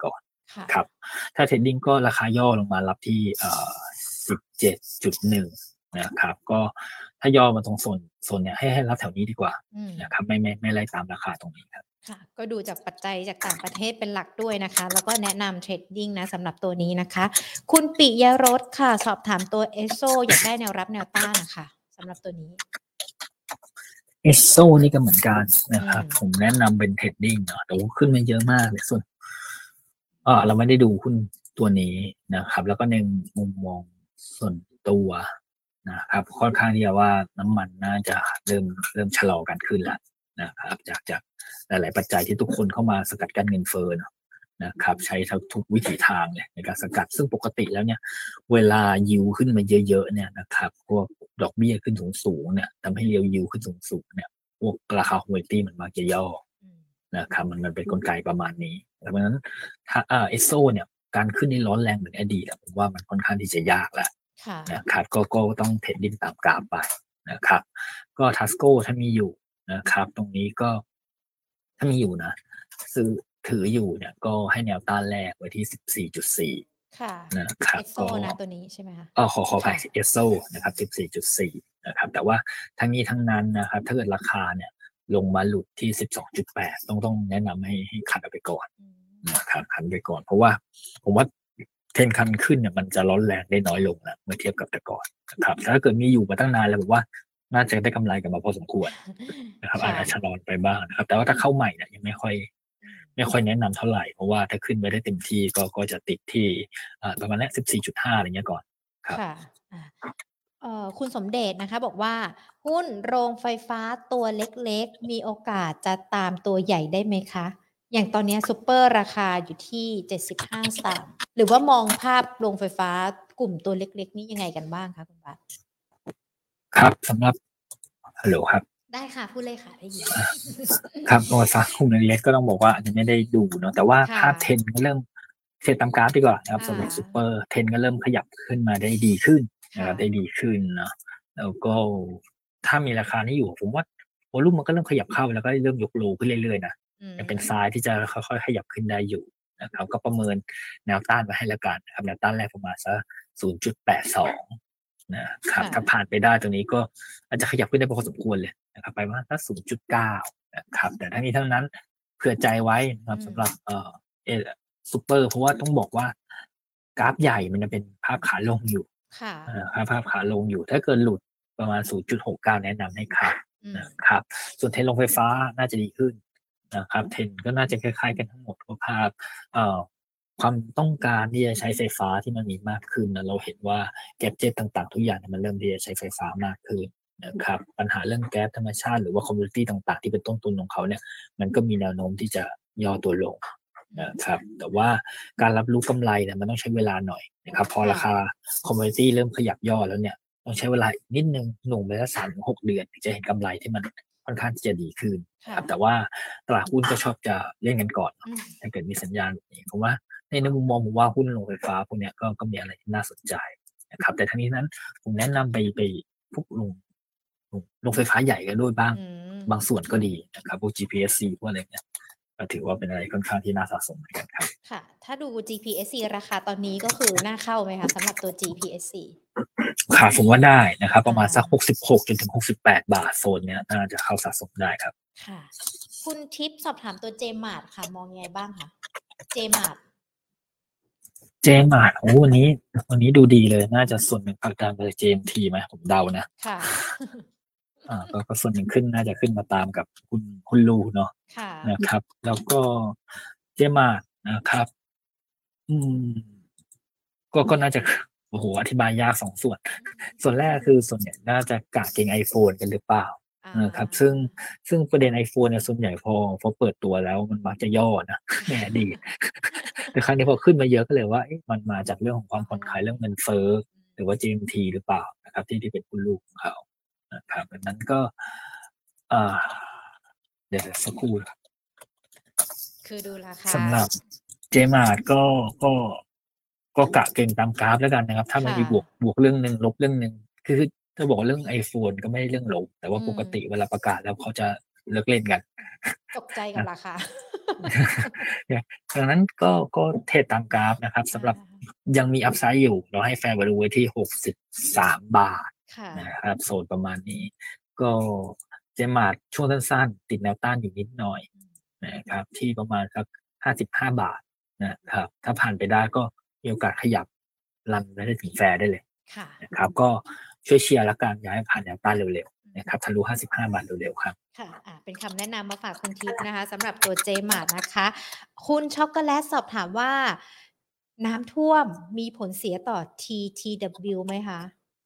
ค่ะครับถ้าเทรดดิ้งก็ราคาย่อลงมารับที่เอ่อ สิบเจ็ดจุดหนึ่ง นะครับก็ถ้าย่อมาตรงโซนโซนเนี้ยให้ให้รับแถวนี้ดีกว่าอืมนะครับไม่ไม่ไม่ไล่ตามราคาตรงนี้ครับค่ะก็ดูจากปัจจัยจากต่างประเทศเป็นหลักด้วยนะคะ แล้วก็แนะนำเทรดดิ้งนะสำหรับตัวนี้นะคะ คุณปิยรสค่ะ สอบถามตัวเอสโซอยากได้แนวรับแนวต้านนะคะสำหรับตัวนี้เอสโซนี่ก็เหมือนกันนะครับอืมผมแนะนำเป็นเทรดดิ้งเนาะแต่ว่าขึ้นมาเยอะมากเลยส่วนเออเราไม่ได้ดูหุ้นตัวนี้นะครับ แล้วก็ในมุมมองส่วนตัวนะครับค่อนข้างที่จะว่าน้ำมันน่าจะเริ่มเริ่มชะลอกันขึ้นแล้วนะครับจากจากหลาย ๆ ปัจจัยที่ทุกคนเข้ามาสกัดกั้นเงินเฟ้อเนอะนะครับ ใช้ทุกวิถีทางเลยในการสกัดซึ่งปกติแล้วเนี่ย เวลายิวขึ้นมาเยอะๆเนี่ยนะครับพวกดอกเบี้ยขึ้นสูงๆเนี่ยทำให้เรียวยิวขึ้นสูงๆเนี่ยพวกราคาคอมมูนิตี้มันมักจะย่อนะครับมันมันเป็นกลไกประมาณนี้เพราะฉะนั้นถ้าเอ่อเอสโซเนี่ยการขึ้นนี่ร้อนแรงเหมือนอดีตอะผมว่ามันค่อนข้างที่จะยากแล้วนะครับก็ก็ต้องเทรดดิ้งตามกราฟไปนะครับก็ทัสโก้ถ้ามีอยู่นะครับตรงนี้ก็ถ้ามีอยู่นะซื้อถืออยู่เนี่ยก็ให้แนวต้านแรกไว้ที่ สิบสี่จุดสี่ค่ะนะครับเอสโซก็นะตัวนี้ใช่ไหมคะเออขอขออภัยเอสโซนะครับ สิบสี่จุดสี่ นะครับแต่ว่าทั้งนี้ทั้งนั้นนะครับถ้าเกิดราคาเนี่ยลงมาหลุดที่ สิบสองจุดแปด ต้องต้องแนะนำให้ให้คัดเอาไปก่อนนะครับคัดไปก่อนเพราะว่าผมว่าเทรนคันขึ้นเนี่ยมันจะร้อนแรงได้น้อยลงนะเมื่อเทียบกับแต่ก่อนนะครับถ้าเกิดมีอยู่มาตั้งนานแล้วผมว่าน่าจะได้กำไรกันมาพอสมควรนะครับอาจจะชะลอไปบ้างนะครับแต่ว่าถ้าเข้าใหม่เนี่ยยังไม่ค่อยไม่ค่อยแนะนำเท่าไหร่เพราะว่าถ้าขึ้นไปได้เต็มที่ก็ก็จะติดที่ประมาณนี้ สิบสี่จุดห้า อะไรเงี้ยก่อนครับค่ะเอ่อคุณสมเด็จนะคะบอกว่าหุ้นโรงไฟฟ้าตัวเล็กๆมีโอกาสจะตามตัวใหญ่ได้ไหมคะอย่างตอนนี้ซูเปอร์ราคาอยู่ที่เจ็ดสิบห้าสตางค์หรือว่ามองภาพโรงไฟฟ้ากลุ่มตัวเล็กๆนี่ยังไงกันบ้างคะคุณบัตครับสำหรับฮัลโหลครับได้ค่ะพูดเลยค่ะได้ยินครับโอ้ฟังกลุ่มเล็กๆก็ต้องบอกว่าอาจจะไม่ได้ดูเนาะแต่ว่าภาพเทรนก็เริ่มเทรนตามกราฟดีกว่านะครับสำหรับซูเปอร์เทรนก็เริ่มขยับขึ้นมาได้ดีขึ้นนะครับได้ดีขึ้นเนาะแล้วก็ถ้ามีราคานี้อยู่ผมว่าวอลุ่มมันก็เริ่มขยับเข้าแล้วก็เริ่มยกโลขึ้นเรื่อยๆนะยังเป็นทรายที่จะค่อยๆขยับขึ้นได้อยู่นะครับก็ประเมินแนวต้านไว้ให้แล้วกันนะครับแนวต้านแรกประมาณสัก ศูนย์จุดแปดสอง นะครับถ้าผ่านไปได้ตรงนี้ก็อาจจะขยับขึ้นได้พอสมควรเลยนะครับไปว่าถ้า ศูนย์จุดเก้า นะครับแต่ทั้งนี้ทั้งนั้นเผื่อใจไว้นะครับสำหรับเอ่อเอซูเปอร์เพราะว่าต้องบอกว่ากราฟใหญ่มันจะเป็นภาพขาลงอยู่ค่ะภาพขาลงอยู่ถ้าเกิดหลุดประมาณ ศูนย์จุดหกเก้า แนะนำให้ขายนะครับส่วนเทรนลงไฟฟ้าน่าจะดีขึ้นนะครับเทรนก็น่าจะคล้ายๆกันทั้งหมดเพราะภาพเอ่อความต้องการที่จะใช้ไฟฟ้าที่มันมีมากขึ้นนะเราเห็นว่าแก๊สเจ็ตต่างๆทุกอย่างมันเริ่มที่จะใช้ไฟฟ้ามากขึ้นนะครับปัญหาเรื่องแก๊สธรรมชาติหรือว่าคอมมูนิตี้ต่างๆที่เป็นต้นทุนของเขาเนี่ยมันก็มีแนวโน้มที่จะย่อตัวลงนะครับแต่ว่าการรับรู้กำไรเนี่ยมันต้องใช้เวลาหน่อยนะครับพอราคาคอมมูนิตี้เริ่มขยับย่อแล้วเนี่ยต้องใช้เวลานิดนึงหนุ่มไปสักสามถึงหกเดือนถึงจะเห็นกำไรที่มันค่อนข้างที่จะดีขึ้นครับแต่ว่าตลาดหุ้นก็ชอบจะเล่นกันก่อนถ้าเกิดมีสัญญาณนี้ผมว่าในในมุมมองผมว่าหุ้นโรงไฟฟ้าพวกนี้ก็ก็มีอะไรที่น่าสนใจนะครับแต่ทั้งนี้นั้นผมแนะนำไปไปพวกโรงโรงไฟฟ้าใหญ่กันด้วยบ้างบางส่วนก็ดีนะครับพวก จี พี เอส ซี พวกอะไรเนี่ยก็ถือว่าเป็นอะไรค่อนข้างที่น่าสะสมเหมือนกันครับค่ะถ้าดู จี พี เอส ซี ราคาตอนนี้ก็คือน่าเข้าไหมคะสำหรับตัว จี พี เอส ซีค่ะผมว่าได้นะครับประมาณสักหกสิบหกจนถึงหกสิบแปดบาทโซนเนี้ยน่าจะเข้าสะสมได้ครับค่ะคุณทิพย์สอบถามตัวเจมาร์ทค่ะมองยังไงบ้างคะเจมาร์ทเจมาร์ทโอ้วันนี้วันนี้ดูดีเลยน่าจะส่วนหนึ่งผลักดันไปเจมทีไหมผมเดานะค่ะอ่าก็ส่วนหนึ่งขึ้นน่าจะขึ้นมาตามกับคุณคุณลูเนาะนะครับแล้วก็เจมาร์ทนะครับอืมก็ก็น่าจะโอ้โหอธิบายยากสองส่วนส่วนแรกคือส่วนใหญ่น่าจะกะเก่ง iPhone กันหรือเปล่านะครับซึ่งซึ่งประเด็น iPhone เนี่ยส่วนใหญ่พอพอเปิดตัวแล้วมันมักจะย่อนะแน่ดีแต่ครั้งนี้พอขึ้นมาเยอะก็เลยว่ามันมาจากเรื่องของความผ่อนคลายเรื่องเงินเฟ้อหรือว่า จี เอ็ม ที หรือเปล่านะครับที่ที่เป็นคุณลูกของเขานะครับดังนั้นก็อ่าเดี๋ยวสักครู่ครับคือดูราคาสำหรับเจมาร์ทก็ก็ก็กะเก่งตามกราฟแล้วกันนะครับถ้ามันมีบวกบวกเรื่องนึงลบเรื่องนึงคือถ้าบอกเรื่อง iPhone ก็ไม่ได้เรื่องลบแต่ว่าปกติเวลาประกาศแล้วเขาจะเลิกเล่นกันตกใจกับราคาเนี่ยดังนั้นก็ก็เทรดตามกราฟนะครับสำหรับยังมีอัพไซด์อยู่เราให้ Fair Value ไว้ที่หกสิบสามบาทค่ะนะครับโซนประมาณนี้ ก็เจมาร์ทช่วงสั้นๆ ติดแนวต้านอยู่นิดหน่อยนะครับที่ประมาณสักห้าสิบห้าบาทนะครับถ้าผ่านไปได้ก็มีโอกาสขยับรันได้ถึงแฟร์ได้เลยค่ะนะครับก็ช่วยเชียร์แล้วกันอย่าให้ผ่านแนวต้านเร็วๆนะครับทะลุห้าสิบห้าบาทเร็วๆครับค่ะอ่ะ เป็นคำแนะนำมาฝากคุณทิพย์นะคะสำหรับตัวเจมาร์ทนะคะ คุณช็อกโกแลตสอบถามว่า น้ำท่วมมีผลเสียต่อ ที ที ดับเบิลยู ไหมคะ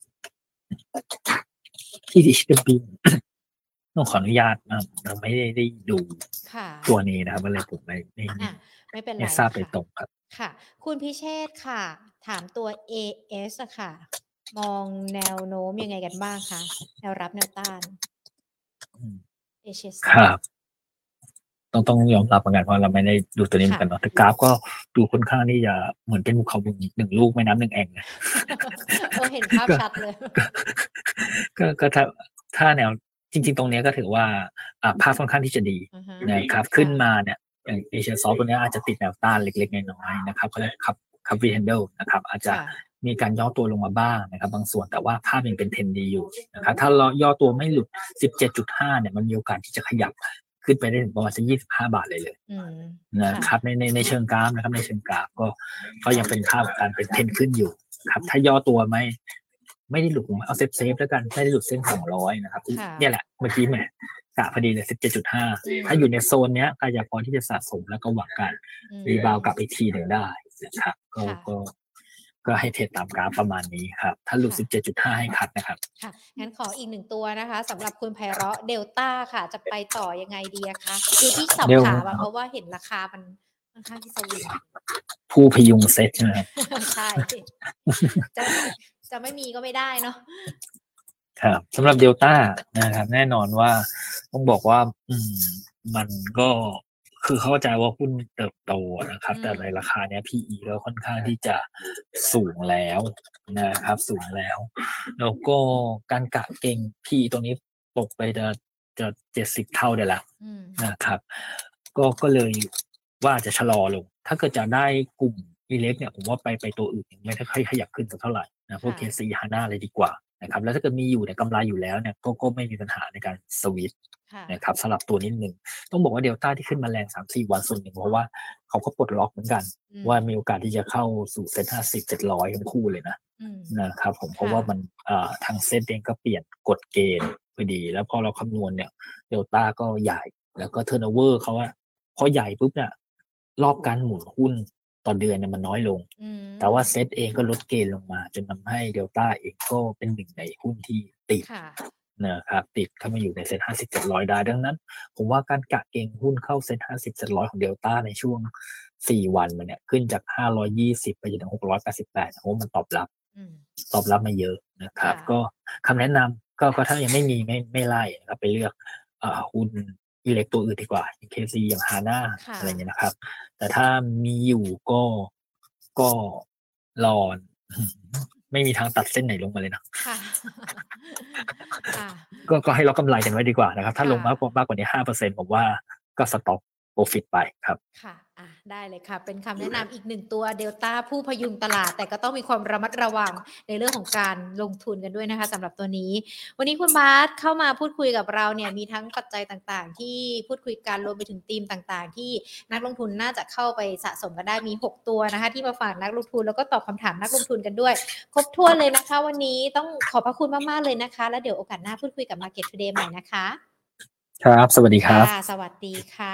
ที่ ที ที ดับเบิลยู ต้องขออนุญาตนะเราไม่ได้ได้ดูค่ะตัวนี้นะครับก็เลยผมไม่ไม่อ่ะไม่เป็นไรไม่ทราบโดยค่ะตรงครับค่ะ คุณพิเชษฐ์ค่ะ ถามตัว เอ เอส อะค่ะ มองแนวโน้มยังไงกันบ้างคะแนวรับแนวต้านอืมเอ เอสครับ ต้องต้องยอมรับเหมือนกันเพราะเราไม่ได้ดูตัวนี้เหมือนกันเนาะแต่กราฟก็ดูค่อนข้างที่จะเหมือนเป็นภูเขาหนึ่งลูกแม่น้ำหนึ่งแอ่งเลยเออเห็นภาพชัดเลยก็ก็ถ้าถ้าแนวจริง ๆ ตรงเนี้ยก็ถือว่าอ่าภาพค่อนข้างที่จะดีอือฮะนะครับขึ้นมาเนี่ยอย่างเอเชียซอฟตัวเนี้ยอาจจะติดแนวต้านเล็กๆน้อยๆนะครับเขาเรียกคับคับวีแฮนเดิลนะครับอาจจะค่ะมีการย่อตัวลงมาบ้างนะครับบางส่วนแต่ว่าภาพยังเป็นเทรนดีอยู่นะครับถ้าเราย่อตัวไม่หลุด สิบเจ็ดจุดห้า เนี่ยมันมีโอกาสที่จะขยับขึ้นไปได้ถึงประมาณสักยี่สิบห้าบาทเลยเลยอืมนะครับในในในเชิงกราฟนะครับในเชิงกราฟก็ก็ยังเป็นภาพการเป็นเทรนขึ้นอยู่ครับถ้าย่อตัวไม่ไม่ได้หลุดผมเอาเซฟเซฟแล้วกันไม่ได้หลุดเส้นสองร้อยนะครับค่ะเนี่ยแหละเมื่อกี้แหมกะพอดีเลย สิบเจ็ดจุดห้าอืมถ้าอยู่ในโซนเนี้ยก็จะพอที่จะสะสมแล้วก็หวังการอืมรีบาวกลับอีกทีหนึ่งได้นะครับก็ค่ะก็ก็ให้เทรดตามกราฟประมาณนี้ครับถ้าหลุดค่ะสิบเจ็ดจุดห้า ให้คัดนะครับค่ะงั้นขออีกหนึ่งตัวนะคะสำหรับคุณไพเราะเดลต้าค่ะ จะไปต่อยังไงดีอะคะคือที่สอบเดลถามอะเพราะว่าเห็นราคามันค่อนข้างที่สวิงผู้พยุงเซตใช่ไหมครับใช่ จะจะไม่มีก็ไม่ได้เนาะครับสำหรับเดลต้านะครับแน่นอนว่าต้องบอกว่า อืม มันก็คือเข้าใจว่าหุ้นเติบโตนะครับอืมแต่ในราคาเนี้ย พี อี ก็ค่อนข้างที่จะสูงแล้วนะครับ สูงแล้ว แล้วก็การกะเก่ง พี อี ตรงนี้ตกไปจะจะเจ็ดสิบเท่าได้ละอืมนะครับ ก็ก็เลยว่าจะชะลอลง ถ้าเกิดจะได้กลุ่มอิเล็กเนี่ยผมว่าไปไปตัวอื่นยังไม่ค่อยขยับขึ้นสักเท่าไหร่นะพวกค่ะเค ซี ฮาน่าเลยดีกว่านะครับแล้วถ้าเกิดมีอยู่เนี่ยกำไรอยู่แล้วเนี่ยก็ก็ไม่มีปัญหาในการสวิตช์ค่ะนะครับสลับตัวนิดนึงต้องบอกว่าเดลต้าที่ขึ้นมาแรง สามสี่ วันส่วนหนึ่งเพราะว่าเขาก็ปลดล็อกเหมือนกันอืมว่ามีโอกาสที่จะเข้าสู่เซ็ตห้าสิบ เจ็ดร้อยทั้งคู่เลยนะอืมนะครับผมค่ะเพราะว่ามันอ่าทางเซ็ตเองก็เปลี่ยนกฎเกณฑ์พอดี แล้วพอเราคำนวณเนี่ยเดลต้าก็ใหญ่แล้วก็เทอร์โนเวอร์เขาอะพอใหญ่ปุ๊บเนี่ยรอบการหมุนหุ้นต่อเดือนเนี่ยมันน้อยลงอืมแต่ว่าเซ็ตเองก็ลดเกณฑ์ลงมาจนทำให้เดลต้าเองก็เป็นหนึ่งในหุ้นที่ติดค่ะนะครับติดเข้ามาอยู่ในเซ็ตห้าสิบ เจ็ดร้อยได้ดังนั้น ผมว่าการกะเก็งหุ้นเข้าเซ็ตห้าสิบ เจ็ดร้อยของเดลต้าในช่วงสี่วันมันเนี่ยขึ้นจากห้าร้อยยี่สิบไปจนถึงหกร้อยแปดสิบแปดโอ้มันตอบรับอืมตอบรับมาเยอะนะครับค่ะก็คำแนะนำก็ก็ถ้ายังไม่มีไม่ไม่ไล่นะครับไปเลือกอ่าหุ้นอิเล็กตัวอื่นดีกว่า เค ซี อย่างฮาน่าค่ะอะไรเงี้ยนะครับ แต่ถ้ามีอยู่ก็ก็รอ ไม่มีทางตัดเส้นไหนลงมาเลยนะค่ะ ค่ะก็ก็ให้ล็อกกำไรกันไว้ดีกว่านะครับ ถ้าค่ะลงมากกว่ามากกว่านี้ห้าเปอร์เซ็นต์ผมว่าก็สต็อปโปรฟิตไปครับค่ะอ่ะ ได้เลยค่ะ เป็นคำแนะนำอีกหนึ่งตัวเดลต้าผู้พยุงตลาด แต่ก็ต้องมีความระมัดระวังในเรื่องของการลงทุนกันด้วยนะคะสำหรับตัวนี้ วันนี้คุณบาสเข้ามาพูดคุยกับเราเนี่ยมีทั้งปัจจัยต่างๆ ที่พูดคุยกันรวมไปถึงธีมต่างๆ ที่นักลงทุนน่าจะเข้าไปสะสมกันได้มีหกตัวนะคะ ที่มาฝากนักลงทุนแล้วก็ตอบคำถามนักลงทุนกันด้วย ครบถ้วนเลยนะคะ วันนี้ต้องขอบพระคุณมากๆเลยนะคะ แล้วเดี๋ยวโอกาสหน้าพูดคุยกับ Market Today ใหม่นะคะครับ สวัสดีครับค่ะสวัสดีค่ะ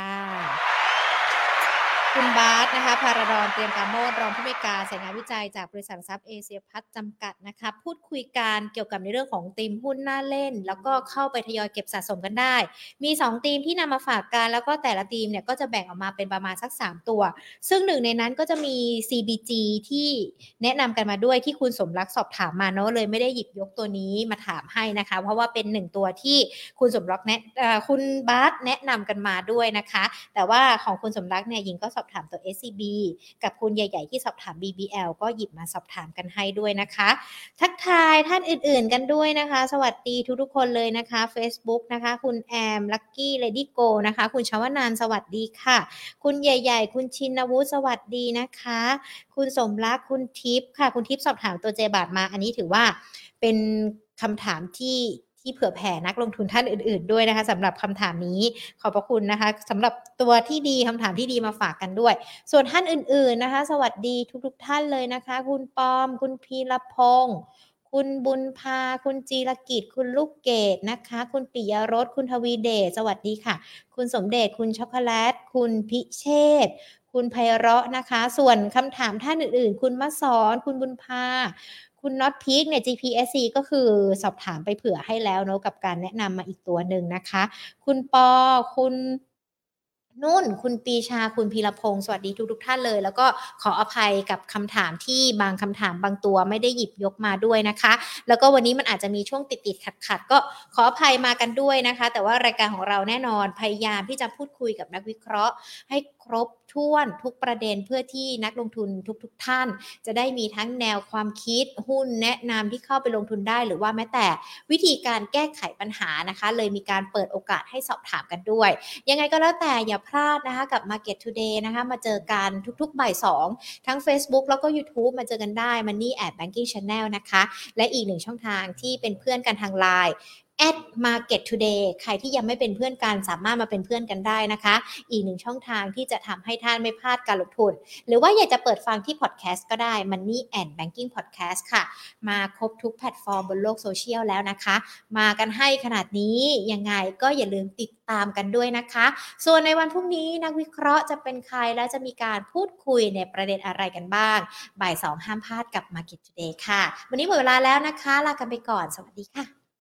คุณบาสนะคะภารดรเตรียมกาโมดรองผู้อำนวยการสายงานวิจัยจากบริษัทหลักทรัพย์เอเชียพัฒน์จำกัดนะคะพูดคุยกันเกี่ยวกับในเรื่องของธีมหุ้นน่าเล่น แล้วก็เข้าไปทยอยเก็บสะสมกันได้ มีสองธีมที่นำมาฝากกันแล้วก็แต่ละธีมเนี่ยก็จะแบ่งออกมาเป็นประมาณสักสามตัว ซึ่งหนึ่งในนั้นก็จะมี ซี บี จี ที่แนะนำกันมาด้วยที่คุณสมรักสอบถามมาเนอะเลยไม่ได้หยิบยกตัวนี้มาถามให้นะคะ เพราะว่าเป็นหนึ่งตัวที่คุณสมรักแนะเอ่อคุณบาสแนะนำกันมาด้วยนะคะ แต่ว่าของคุณสมรักเนี่ยหญิงก็สอบอบถามตัว เอส ซี บี กับคุณใหญ่ๆที่สอบถาม บี บี แอล ก็หยิบมาสอบถามกันให้ด้วยนะคะทักทายท่านอื่นๆกันด้วยนะคะสวัสดีทุกๆคนเลยนะคะ Facebook นะคะคุณแอมลักกี้เลดี้โกนะคะคุณชวนานท์สวัสดีค่ะคุณใหญ่ๆคุณชินวุฒิสวัสดีนะคะคุณสมรักคุณทิพย์ค่ะคุณทิพย์สอบถามตัวเจบาทมาอันนี้ถือว่าเป็นคำถามที่ที่เผื่อแผ่นักลงทุนท่านอื่นๆด้วยนะคะสำหรับคำถามนี้ขอบพระคุณนะคะสำหรับตัวที่ดีคำถามที่ดีมาฝากกันด้วยส่วนท่านอื่นๆนะคะสวัสดีทุกๆท่านเลยนะคะคุณปอมคุณพีรพงศ์คุณบุญพาคุณจีรกิจคุณลูกเกดนะคะคุณปิยรสคุณทวีเดชสวัสดีค่ะคุณสมเด็จคุณช็อกโกแลตคุณพิเชษฐ์คุณไพเราะนะคะส่วนคำถามท่านอื่นๆคุณมสอนคุณบุญพาคุณน็อตพีคเนี่ย จี พี เอส ซี ก็คือสอบถามไปเผื่อให้แล้วเนาะกับการแนะนำมาอีกตัวหนึ่งนะคะคุณปอคุณนุ่นคุณปีชาคุณพีรพงศ์สวัสดีทุกๆท่านเลยแล้วก็ขออภัยกับคำถามที่บางคำถามบางตัวไม่ได้หยิบยกมาด้วยนะคะแล้วก็วันนี้มันอาจจะมีช่วงติดๆขัดๆก็ขออภัยมากันด้วยนะคะแต่ว่ารายการของเราแน่นอนพยายามที่จะพูดคุยกับนักวิเคราะห์ให้ครบถ้วนทุกประเด็นเพื่อที่นักลงทุนทุกๆท่านจะได้มีทั้งแนวความคิดหุ้นแนะนำที่เข้าไปลงทุนได้หรือว่าแม้แต่วิธีการแก้ไขปัญหานะคะเลยมีการเปิดโอกาสให้สอบถามกันด้วยยังไงก็แล้วแต่อย่าพลาดนะคะกับ Market Today นะคะมาเจอกันทุกๆบ่ายสองทั้ง Facebook แล้วก็ YouTube มาเจอกันได้ Money at Banking Channel นะคะและอีกหนึ่งช่องทางที่เป็นเพื่อนกันทาง ไลน์ แอท Market Today ใครที่ยังไม่เป็นเพื่อนกันสามารถมาเป็นเพื่อนกันได้นะคะอีกหนึ่งช่องทางที่จะทำให้ท่านไม่พลาดการลงทุนหรือว่าอยากจะเปิดฟังที่พอดแคสต์ก็ได้ Money and Banking Podcast ค่ะมาครบทุกแพลตฟอร์มบนโลกโซเชียลแล้วนะคะมากันให้ขนาดนี้ยังไงก็อย่าลืมติดตามกันด้วยนะคะส่วนในวันพรุ่งนี้นักวิเคราะห์จะเป็นใครและจะมีการพูดคุยในประเด็นอะไรกันบ้างบ่ายสองห้ามพลาดกับ Market Today ค่ะวันนี้หมดเวลาแล้วนะคะลากันไปก่อนสวัสดีค่ะ